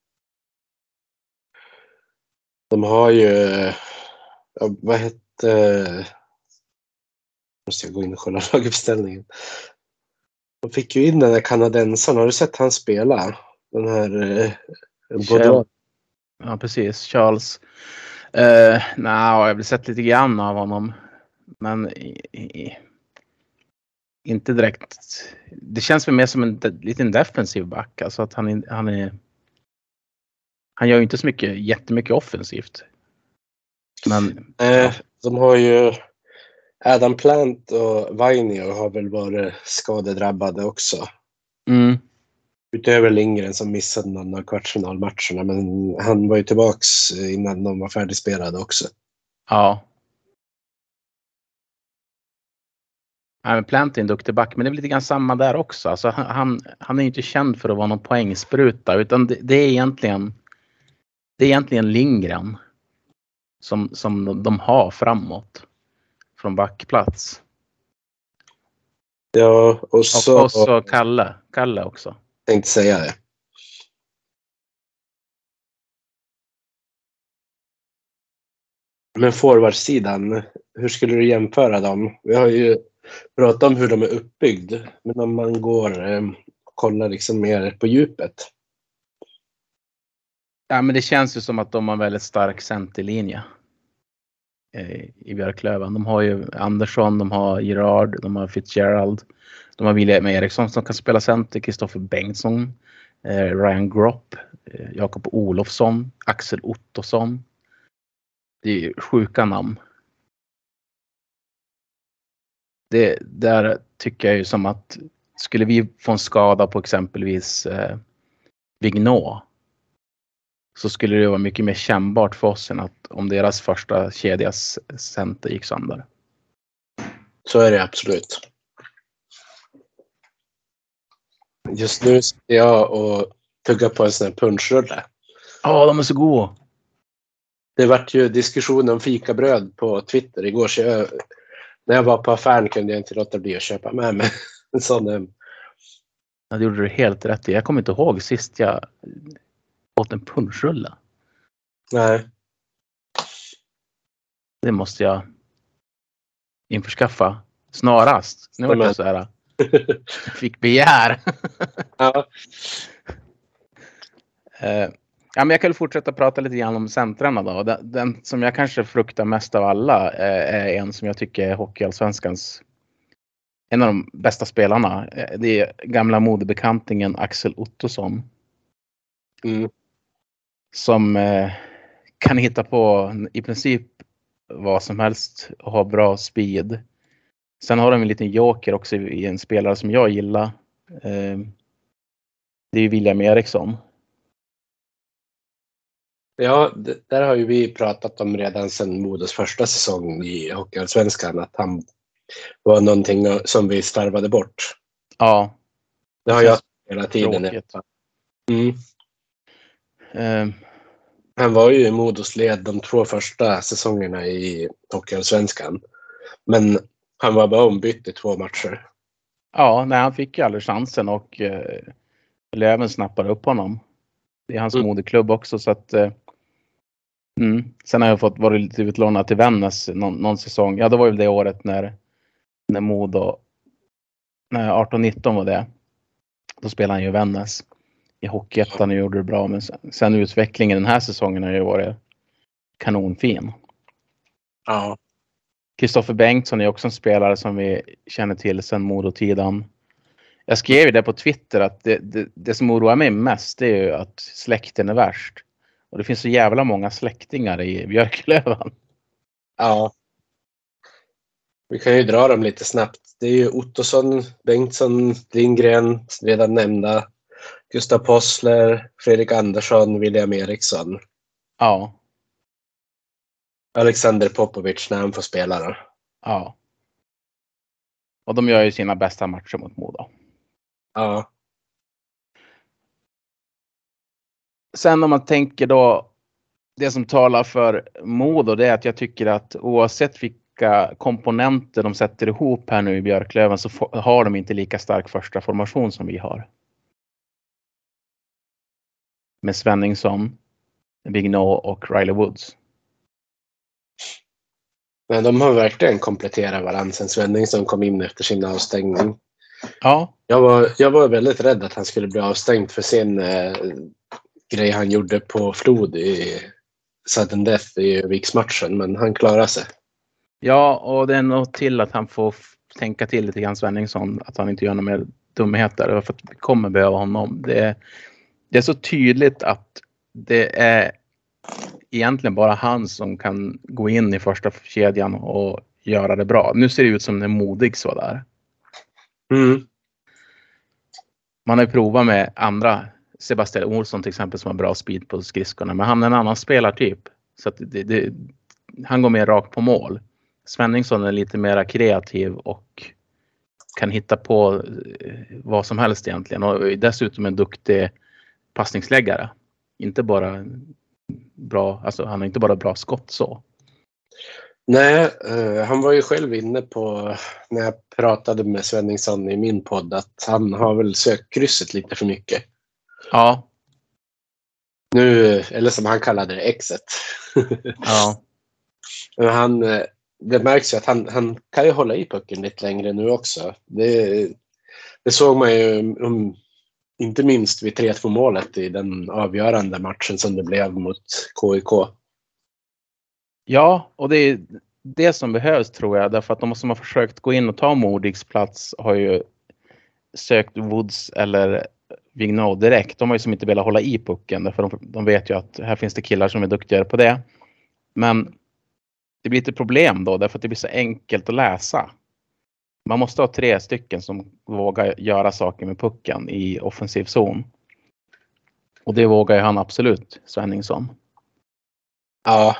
De har ju... vad hette... Måste jag gå in och kolla laguppställningen. De fick ju in den där kanadensaren. Har du sett han spela? Den här... Ja, precis. Charles. Jag har väl sett lite grann av honom. Men inte direkt. Det känns för mig som en liten defensiv back. Alltså att han gör ju inte så mycket, jättemycket offensivt. Men de har ju Adam Plant och Vainio har väl varit skadedrabbade också. Mm. Utöver Lindgren som missade någon av kvartsfinalmatcherna, men han var ju tillbaks innan de var färdigspelade också. Ja. Men Plant är en duktig back, men det är lite grann samma där också. Alltså han är ju inte känd för att vara någon poängspruta, utan det är egentligen Lindgren som de har framåt från backplats. Ja, och så Kalle också. Tänkte säga det. Men forwardsidan, hur skulle du jämföra dem? Vi har ju pratat om hur de är uppbyggd, men om man går och kollar liksom mer på djupet. Ja, men det känns ju som att de har en väldigt stark centerlinje i Björklöven. De har ju Andersson, de har Gerard, de har Fitzgerald, de har William Eriksson som kan spela center, Kristoffer Bengtsson, Ryan Gropp, Jakob Olofsson, Axel Ottosson. Det är ju sjuka namn. Det där tycker jag ju som att skulle vi få en skada på exempelvis Vigneault, så skulle det vara mycket mer kännbart för oss än att om deras första kedjas center gick sönder. Så är det absolut. Just nu sitter jag och tuggar på en sån här punschrulle. Ja, de är så goda. Det vart ju diskussion om fikabröd på Twitter igår, så när jag var på affären kunde jag inte låta bli att köpa med mig en sån. Ja, det gjorde du helt rätt i. Jag kommer inte ihåg sist jag åt en punschrulle. Nej. Det måste jag införskaffa snarast. Nu var det så här. Fick begär. Ja. Ja, men jag kan fortsätta prata lite grann om centrarna då. Den som jag kanske fruktar mest av alla är en som jag tycker är Hockeyallsvenskans en av de bästa spelarna. Det är gamla modebekantingen Axel Ottosson. Mm. Som kan hitta på i princip vad som helst och ha bra speed. Sen har de en liten joker också i en spelare som jag gillar. Det är ju William Eriksson. Ja, där har ju vi pratat om redan sedan Modos första säsong i Hockeyallsvenskan, att han var någonting som vi slarvade bort. Ja. Det har jag hela tiden. Han var ju i Modos led de 2 första säsongerna i Hockeyallsvenskan. Men han var bara ombytt i 2 matcher. Ja, nej, han fick ju aldrig chansen och Löven snappade upp honom. Det är hans moderklubb också, så att sen har jag varit lite utlånad till Vännäs någon säsong. Ja, det var ju det året när Modo 18-19 var det. Då spelade han ju Vännäs i Hockeyettan och gjorde det bra, men sen utvecklingen den här säsongen har ju varit kanonfin. Ja. Kristoffer Bengtsson är också en spelare som vi känner till sedan Modo-tiden. Jag skrev ju det på Twitter att det som oroar mig mest, det är ju att släkten är värst. Och det finns så jävla många släktingar i Björklöven. Ja. Vi kan ju dra dem lite snabbt. Det är ju Ottosson, Bengtsson, Lindgren, redan nämnda. Gustav Possler, Fredrik Andersson, William Eriksson. Ja. Alexander Popovic när han får spela då. Ja. Och de gör ju sina bästa matcher mot Modo. Ja. Sen om man tänker då, det som talar för Modo, det är att jag tycker att oavsett vilka komponenter de sätter ihop här nu i Björklöven, så har de inte lika stark första formation som vi har. Med Svenningsson, Vigneault och Riley Woods. Men de har verkligen kompletterat varandra sen Svenningsson kom in efter sin avstängning. Ja. Jag var väldigt rädd att han skulle bli avstängd för sin grej han gjorde på Flod i sudden death i Viksmatchen, men han klarar sig. Ja, och det är nog till att han får tänka till lite grann, Svenningsson, att han inte gör några mer dumheter, för att vi kommer behöva honom. Det är så tydligt att det är egentligen bara han som kan gå in i första kedjan och göra det bra. Nu ser det ut som det är modig så där. Man har ju provat med andra, Sebastian Olsson till exempel, som har bra speed på skridskorna, men han är en annan spelartyp, så att han går mer rakt på mål. Svenningsson är lite mer kreativ och kan hitta på vad som helst egentligen, och dessutom en duktig passningsläggare. Inte bara bra, alltså han har inte bara bra skott så. Nej, han var ju själv inne på, när jag pratade med Svenningsson i min podd, att han har väl sökt krysset lite för mycket. Ja. Nu, eller som han kallade det, exet. Ja. Det märks ju att han kan ju hålla i pucken lite längre nu också. Det såg man ju inte minst vid 3-2 målet i den avgörande matchen som det blev mot KIK. Ja, och det är det som behövs, tror jag. Därför att de som har försökt gå in och ta Modigs plats har ju sökt Woods eller Vigneault direkt. De har ju som inte velat hålla i pucken, därför de vet ju att här finns det killar som är duktigare på det. Men det blir lite problem då, därför att det blir så enkelt att läsa. Man måste ha 3 stycken som vågar göra saker med pucken i offensiv zon. Och det vågar ju han absolut, Svenningsson. Ja.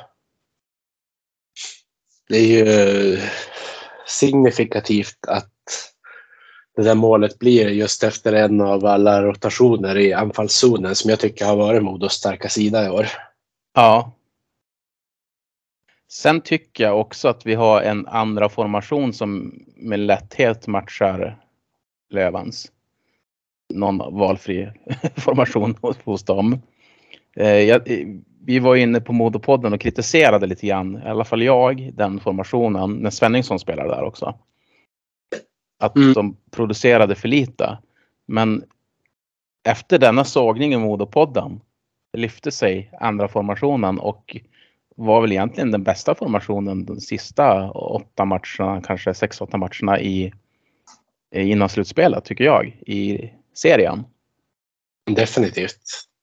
Det är ju signifikativt att det där målet blir just efter en av alla rotationer i anfallszonen som jag tycker har varit Modos starka sida i år. Ja. Sen tycker jag också att vi har en andra formation som med lätthet matchar Lövans. Någon valfri formation hos dem. Vi var inne på Modopodden och kritiserade lite grann, i alla fall jag, den formationen när Svenningsson spelade där också. Att de producerade för lite. Men efter denna sågning i Modopodden lyfte sig andra formationen och var väl egentligen den bästa formationen de sista 8 matcherna, kanske 6-8 matcherna innan slutspelet, tycker jag, i serien. Definitivt.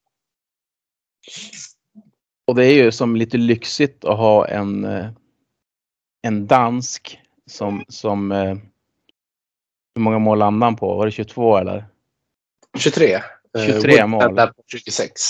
Och det är ju som lite lyxigt att ha en dansk som hur många mål landade han på? Var det 22 eller? 23. 23 mål. Där på 26.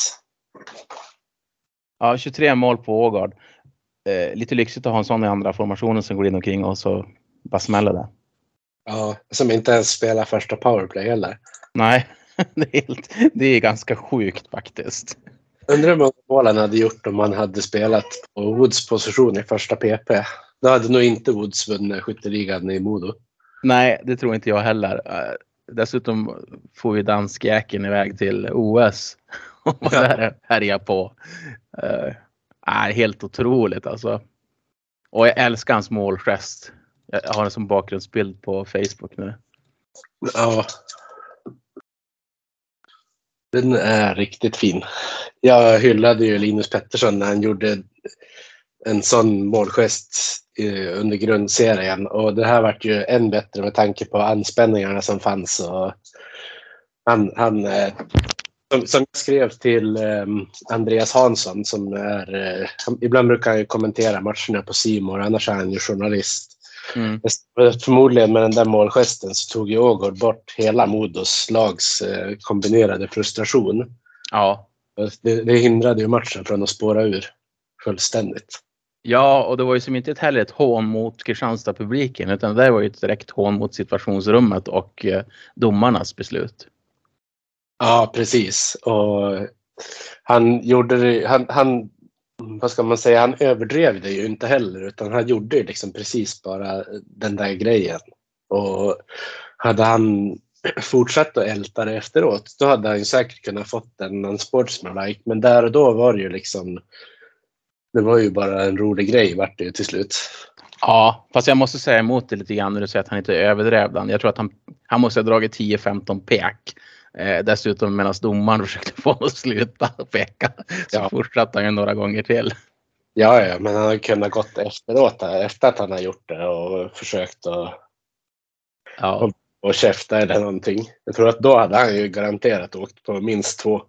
Ja, 23 mål på Ågård. Lite lyxigt att ha en sån i andra formationen som går in omkring och så bara smäller det. Ja, som inte ens spelar första powerplay heller. Nej, det är ganska sjukt faktiskt. Undrar hur många mål han hade gjort om man hade spelat på Woods position i första PP. Då hade nog inte Woods vunnit skytteligan i Modo. Nej, det tror inte jag heller. Dessutom får vi danskjäkeln iväg till OS. Och där härjar på. Helt otroligt alltså. Och jag älskar hans målgest. Jag har den som bakgrundsbild på Facebook nu. Ja. Den är riktigt fin. Jag hyllade ju Linus Pettersson när han gjorde en sån målgest under grundserien. Och det här vart ju än bättre med tanke på anspänningarna som fanns. Och han som skrev till Andreas Hansson som är... ibland brukar han ju kommentera matcherna på C More, annars är han ju journalist. Mm. Förmodligen med den där målgesten så tog ju Ågård bort hela Modos lags kombinerade frustration. Ja. Det hindrade ju matchen från att spåra ur fullständigt. Ja, och det var ju som inte heller ett hån mot Kristianstad-publiken, utan det var ju ett direkt hån mot situationsrummet och domarnas beslut. Ja, precis. Och han gjorde det, vad ska man säga, han överdrev det ju inte heller, utan han gjorde ju liksom precis bara den där grejen. Och hade han fortsatt att älta det efteråt, då hade han ju säkert kunnat fått en unsportsmanlike, men där och då var det ju liksom, det var ju bara en rolig grej vart det ju till slut. Ja, fast jag måste säga emot det lite grann när du säger att han inte överdrev den. Jag tror att han måste ha dragit 10-15 pek. Dessutom medan domaren försökte få att sluta peka så fortsatte han ju några gånger till. Ja, men han har kunnat gått efteråt efter att han har gjort det och försökt och käfta eller någonting. Jag tror att då hade han ju garanterat åkt på minst 2.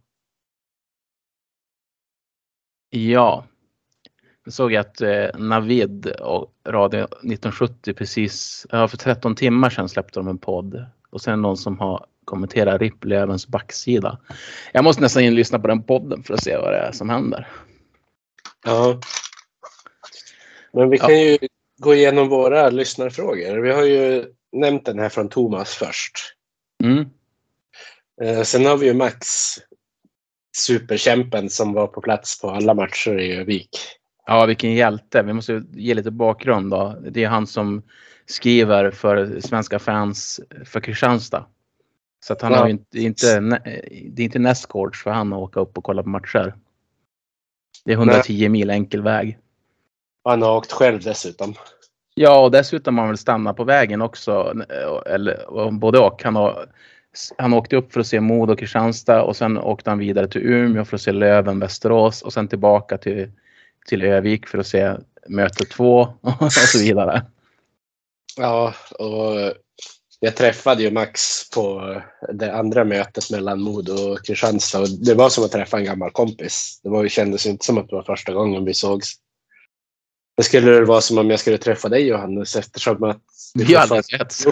Ja, jag såg att Navid och Radio 1970 precis för 13 timmar sedan släppte de en podd. Och sen någon som har kommenterat Ripplövens backsida. Jag måste nästan in lyssna på den podden för att se vad det är som händer. Ja. Men vi kan ju gå igenom våra lyssnarfrågor. Vi har ju nämnt den här från Thomas först. Mm. Sen har vi ju Max, superkämpen som var på plats på alla matcher i Övik. Ja, vilken hjälte. Vi måste ge lite bakgrund då. Det är han som skriver för svenska fans för Kristianstad. Så att han har ju det är inte nästgårds för han att åka upp och kolla på matcher. Det är 110 mil enkel väg. Han har åkt själv dessutom. Ja, och dessutom har han väl stannat på vägen också. Eller både och. Han åkte upp för att se Modo och Kristianstad och sen åkte han vidare till Umeå för att se Löven, Västerås och sen tillbaka till Övik för att se möte 2 och så vidare. Ja, och jag träffade ju Max på det andra mötet mellan Modo och Kristianstad och det var som att träffa en gammal kompis. Det kändes inte som att det var första gången vi sågs. Det skulle vara som om jag skulle träffa dig, Johannes, eftersom att vi hade sett.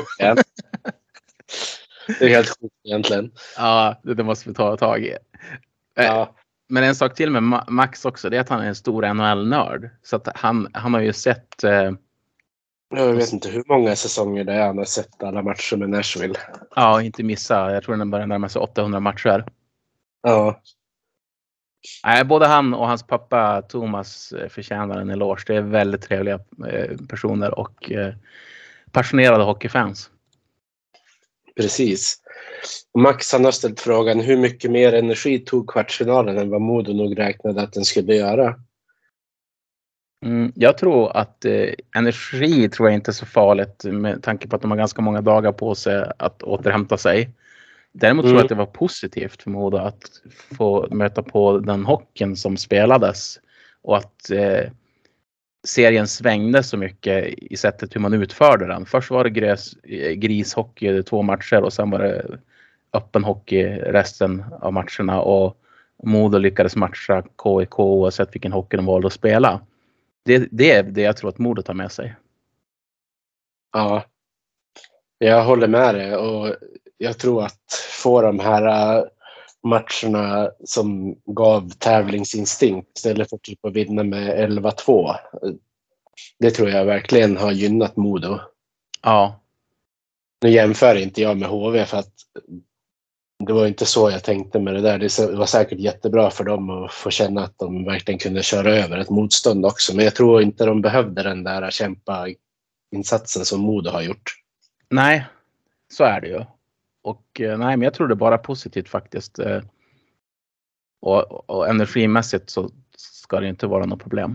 Det är helt sjukt egentligen. Ja, det måste vi ta tag i. Ja. Men en sak till med Max också, det är att han är en stor NHL-nörd. Så att han har ju sett... Jag vet inte hur många säsonger det är han har sett alla matcher med Nashville. Ja, inte missa. Jag tror den börjar närma sig 800 matcher. Ja. Nej, både han och hans pappa Thomas förtjänar en eloge. Det är väldigt trevliga personer och passionerade hockeyfans. Precis. Och Max han har ställt frågan, hur mycket mer energi tog kvartsfinalen än vad Modo nog räknade att den skulle göra? Jag tror att energi tror jag inte är så farligt med tanke på att de har ganska många dagar på sig att återhämta sig. Däremot tror jag att det var positivt för Modo att få möta på den hockeyn som spelades och att serien svängde så mycket i sättet hur man utförde den. Först var det grishockey 2 matcher och sen var det öppen hockey resten av matcherna och Modo lyckades matcha KIK oavsett vilken hockey de valde att spela. Det är det jag tror att Modo tar med sig. Ja, jag håller med dig och jag tror att få de här matcherna som gav tävlingsinstinkt istället för typ att vinna med 11-2. Det tror jag verkligen har gynnat Modo. Ja. Nu jämför inte jag med HV för att det var inte så jag tänkte med det där. Det var säkert jättebra för dem att få känna att de verkligen kunde köra över ett motstånd också. Men jag tror inte de behövde den där kämpa-insatsen som Modo har gjort. Nej, så är det ju. Och nej, men jag tror det är bara positivt faktiskt. Och energimässigt så ska det inte vara något problem.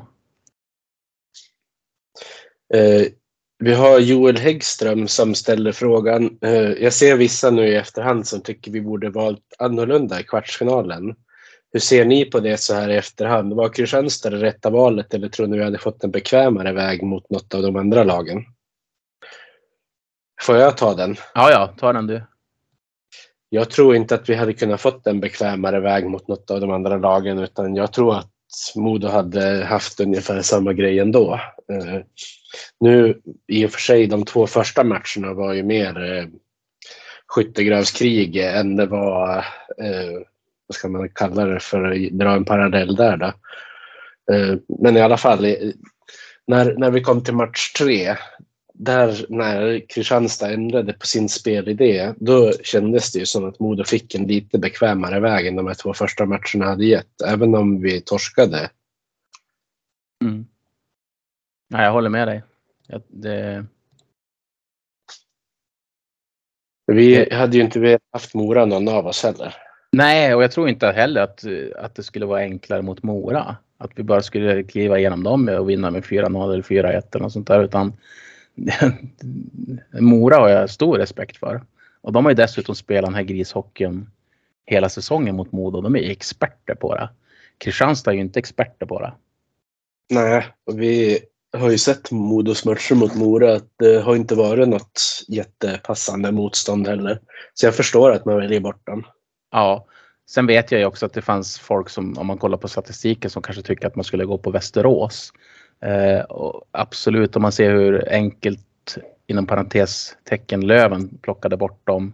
Vi har Joel Häggström som ställer frågan. Jag ser vissa nu i efterhand som tycker vi borde valt annorlunda i kvartsfinalen. Hur ser ni på det så här i efterhand? Var Kristianstad det rätta valet eller tror ni vi hade fått en bekvämare väg mot något av de andra lagen? Får jag ta den? Ja, ta den du. Jag tror inte att vi hade kunnat fått en bekvämare väg mot något av de andra lagen utan jag tror att Modo hade haft ungefär samma grej ändå. Nu i och för sig de 2 första matcherna var ju mer skyttegravskrig än det var vad ska man kalla det för att dra en parallell där då. Men i alla fall när vi kom till match 3 där när Kristianstad ändrade på sin spelidé då kändes det ju som att Modo fick en lite bekvämare väg än de här 2 första matcherna hade gett även om vi torskade. Mm. Ja, jag håller med dig. Vi hade ju inte haft Mora någon av oss heller. Nej, och jag tror inte heller att det skulle vara enklare mot Mora. Att vi bara skulle kliva igenom dem och vinna med 4-0 eller 4-1 eller något sånt där. Utan Mora har jag stor respekt för. Och de har ju dessutom spelat den här grishockeyn hela säsongen mot Modo. De är experter på det. Kristianstad är ju inte experter på det. Nej, och vi har ju sett Modos matcher mot Mora att det har inte varit något jättepassande motstånd heller. Så jag förstår att man väljer bort dem. Ja, sen vet jag ju också att det fanns folk som, om man kollar på statistiken, som kanske tycker att man skulle gå på Västerås. Och absolut, om man ser hur enkelt inom parentestecken Löven plockade bort dem.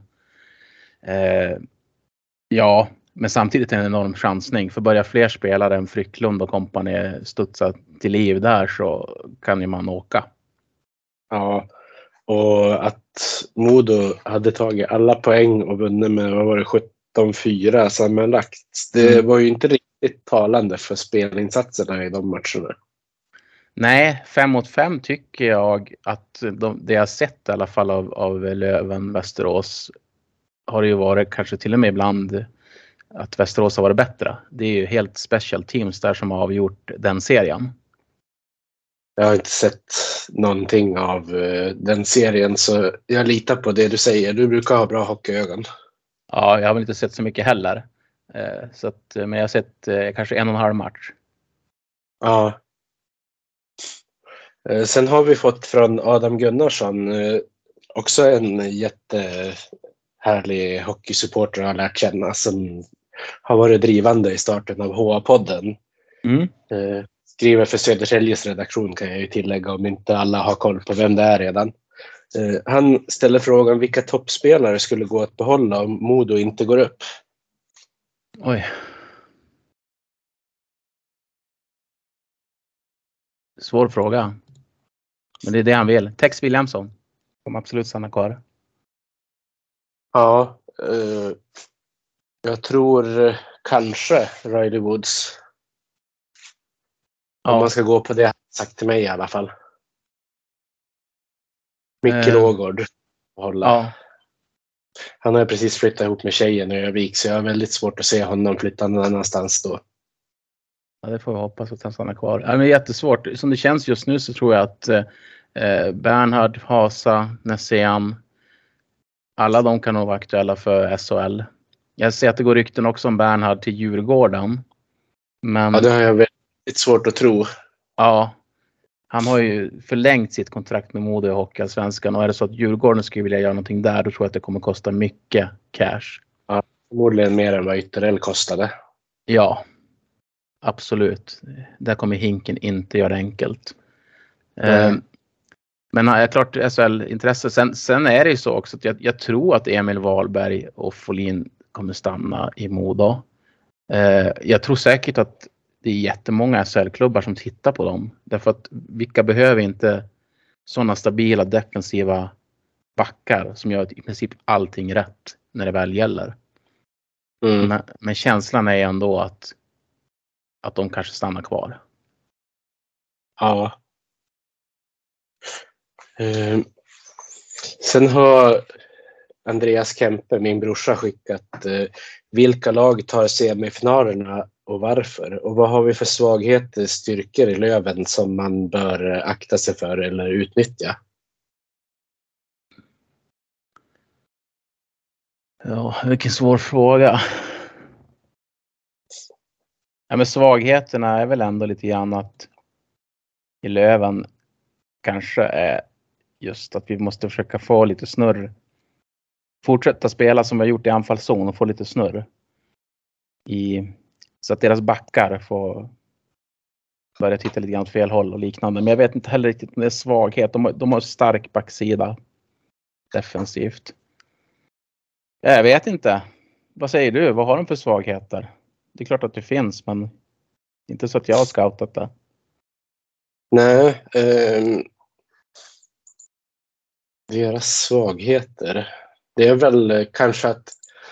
Ja, men samtidigt är det en enorm chansning. För börjar fler spelare än Frycklund och kompani studsa till liv där så kan ju man åka. Ja, och att Modo hade tagit alla poäng och vunnit med 17-4 sammanlagt. Det var ju inte riktigt talande för spelinsatserna i de matcherna. Nej, 5-5 tycker jag att det jag sett i alla fall av Löven, Västerås har det ju varit kanske till och med ibland att Västerås har varit bättre. Det är ju helt special teams där som har avgjort den serien. Jag har inte sett någonting av den serien så jag litar på det du säger. Du brukar ha bra hockeyögon. Ja, jag har väl inte sett så mycket heller. Så att, men jag har sett kanske 1,5 match. Ja. Sen har vi fått från Adam Gunnarsson också en jättehärlig hockeysupporter har lärt känna som har varit drivande i starten av HA-podden. Skriver för Södertäljes redaktion kan jag ju tillägga om inte alla har koll på vem det är redan. Han ställer frågan vilka toppspelare skulle gå att behålla om Modo inte går upp. Oj. Svår fråga. Men det är det han vill. Tex Williamson kommer absolut stanna kvar. Ja, jag tror kanske Riley Woods. Ja. Om man ska gå på det han sagt till mig i alla fall. Micke Lågård. Ja. Han har precis flyttat ihop med tjejen i Övik så jag har väldigt svårt att se honom flytta någon annanstans då. Ja, det får vi hoppas att han stannar kvar. Ja, men jättesvårt. Som det känns just nu så tror jag att Bernhard, Hasa, Nässén, alla de kan nog vara aktuella för SHL. Jag ser att det går rykten också om Bernhard till Djurgården. Men, ja, det har jag väldigt svårt att tro. Ja, han har ju förlängt sitt kontrakt med Modo i Hockeyallsvenskan. Och är det så att Djurgården skulle vilja göra någonting där, då tror jag att det kommer kosta mycket cash. Ja, förmodligen mer än vad Ytterell kostade. Ja, absolut. Där kommer Hinken inte göra det enkelt. Men ja, klart SHL-intresse. Sen är det ju så också att jag tror att Emil Wahlberg och Folin kommer stanna i Modo. Jag tror säkert att det är jättemånga SHL-klubbar som tittar på dem. Därför att vilka behöver inte sådana stabila defensiva backar som gör i princip allting rätt när det väl gäller. Men känslan är ändå att de kanske stannar kvar. Ja. Sen har Andreas Kempe, min brorsa, skickat vilka lag tar semifinalerna och varför? Och vad har vi för svagheter, styrkor i Löven som man bör akta sig för eller utnyttja? Ja, vilken svår fråga. Ja, men svagheterna är väl ändå lite grann att i Löven kanske är just att vi måste försöka få lite snurr. Fortsätta spela som vi har gjort i anfallszon och få lite snurr. Så att deras backar får börja titta lite grann åt fel håll och liknande. Men jag vet inte heller riktigt om det är svaghet. De har stark backsida defensivt. Jag vet inte. Vad säger du? Vad har de för svagheter? Det är klart att det finns, men inte så att jag har scoutat det. Nej, deras svagheter. Det är väl kanske att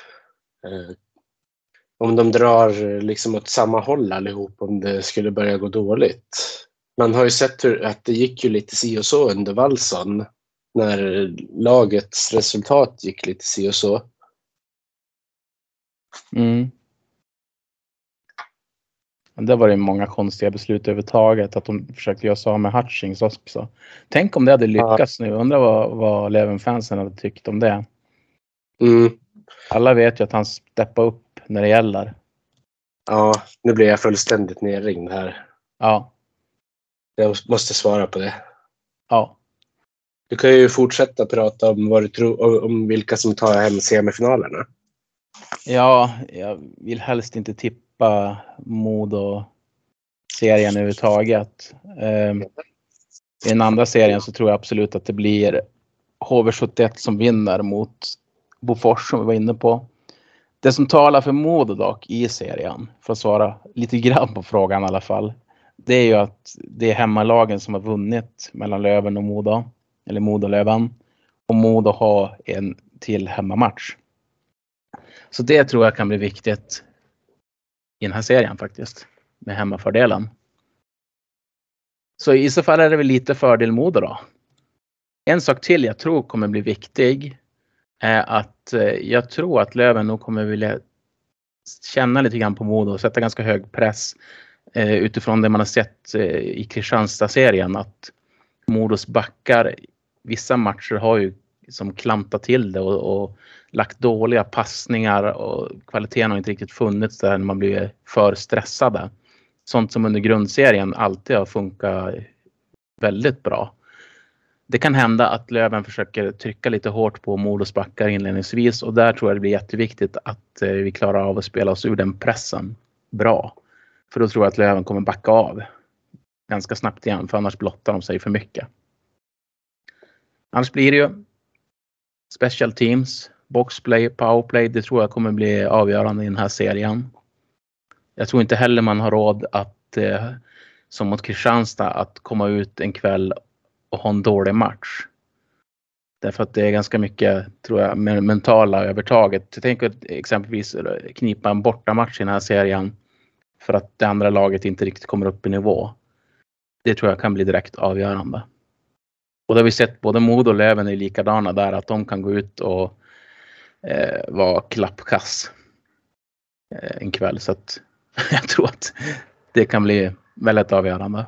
om de drar liksom åt samma håll allihop om det skulle börja gå dåligt. Man har ju sett att det gick ju lite si och så under Wallson när lagets resultat gick lite si och så. Men det var ju många konstiga beslut överhuvudtaget att de försökte göra sig av med Hutchings också. Tänk om det hade lyckats nu. Undrar vad Löven-fansen hade tyckt om det. Alla vet ju att han steppar upp när det gäller. Ja, nu blir jag fullständigt nerringd här. Ja. Jag måste svara på det. Ja. Du kan ju fortsätta prata om vad du tror om vilka som tar hem semifinalerna. Ja, jag vill helst inte tippa Modo-serien överhuvudtaget. I den andra serien så tror jag absolut att det blir HV71 som vinner mot Bofors som vi var inne på. Det som talar för Modo dock i serien, för att svara lite grann på frågan i alla fall, det är ju att det är hemmalagen som har vunnit mellan Löven och Modo, eller Modo-Löven, och Modo har en till hemmamatch. Så det tror jag kan bli viktigt i den här serien faktiskt, med hemmafördelen. Så i så fall är det väl lite fördel Modo då. En sak till jag tror kommer bli viktig är att jag tror att Löven nog kommer vilja känna lite grann på Modo och sätta ganska hög press utifrån det man har sett i Kristianstad-serien, att Modos backar vissa matcher har ju som klantat till det och lagt dåliga passningar och kvaliteten har inte riktigt funnits där när man blir för stressade. Sånt som under grundserien alltid har funkat väldigt bra. Det kan hända att Löven försöker trycka lite hårt på Modos backar inledningsvis, och där tror jag det blir jätteviktigt att vi klarar av att spela oss ur den pressen bra. För då tror jag att Löven kommer backa av ganska snabbt igen, för annars blottar de sig för mycket. Annars blir det ju special teams, boxplay, powerplay, det tror jag kommer bli avgörande i den här serien. Jag tror inte heller man har råd att, som mot Kristianstad, att komma ut en kväll och ha en dålig match. Därför att det är ganska mycket, tror jag, mentala övertaget. Jag tänker exempelvis knipa en bortamatch i den här serien för att det andra laget inte riktigt kommer upp i nivå. Det tror jag kan bli direkt avgörande. Och då har vi sett både Modo och Löven är likadana där, att de kan gå ut och vara klappkass en kväll. Så att jag tror att det kan bli väldigt avgörande.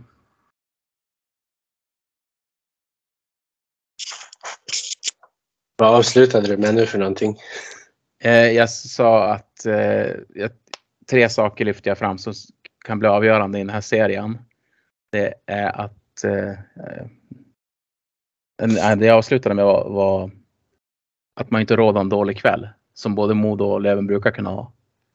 Vad avslutade du med nu för någonting? Jag sa att 3 saker lyfter jag fram som kan bli avgörande i den här serien. Det är att det jag avslutade med var att man inte råder en dålig kväll som både Modo och Löven brukar kunna ha.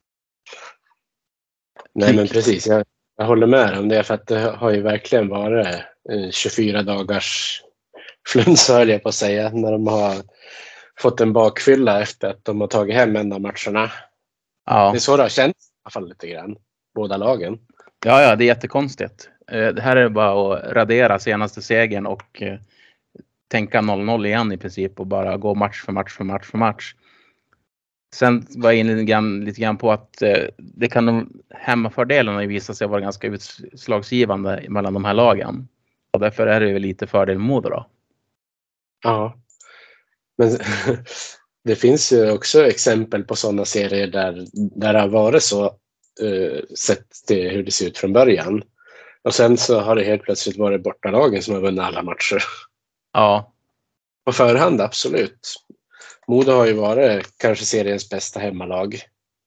Nej, men precis. Jag håller med om det, för att det har ju verkligen varit 24 dagars flums, höll jag på att säga, när de har fått en bakfylla efter att de har tagit hem en av matcherna. Ja. Det är så det har känts i alla fall lite grann. Båda lagen. Ja, det är jättekonstigt. Det här är bara att radera senaste segern och tänka 0-0 igen i princip och bara gå match för match. Sen var jag inne lite grann på att det kan hemmafördelarna visa sig vara ganska utslagsgivande mellan de här lagen. Och därför är det väl lite fördel Modo då. Ja. Men det finns ju också exempel på sådana serier där det har varit så sett till hur det ser ut från början. Och sen så har det helt plötsligt varit bortalagen som har vunnit alla matcher. Ja. På förhand, absolut. Modo har ju varit kanske seriens bästa hemmalag.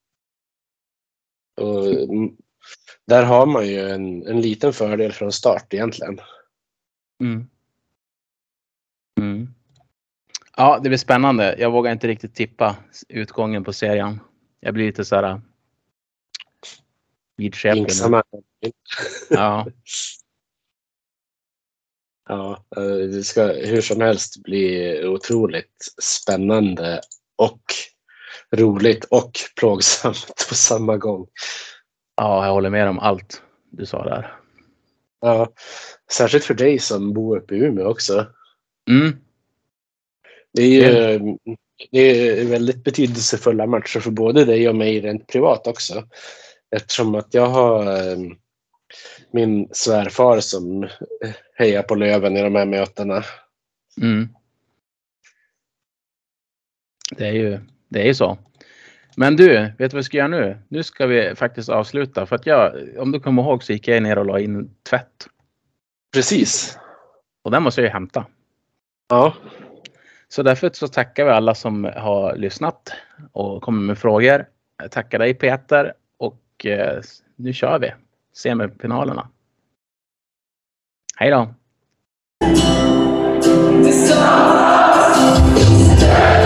Och där har man ju en liten fördel från start egentligen. Ja, det blir spännande. Jag vågar inte riktigt tippa utgången på serien. Jag blir lite så här vidskeplig. Ja. Ja, det ska hur som helst bli otroligt spännande och roligt och plågsamt på samma gång. Ja, jag håller med om allt du sa där. Ja, särskilt för dig som bor uppe i Umeå också. Det är väldigt betydelsefulla matcher för både dig och mig rent privat också. Eftersom att jag har min svärfar som hejar på Löven i de här mötena. Det är ju så. Men du, vet du vad vi ska göra nu? Nu ska vi faktiskt avsluta. För att om du kommer ihåg så gick jag ner och la in tvätt. Precis. Och den måste jag ju hämta. Ja. Så därför så tackar vi alla som har lyssnat och kommer med frågor. Jag tackar dig Peter och nu kör vi semifinalerna. Hej då!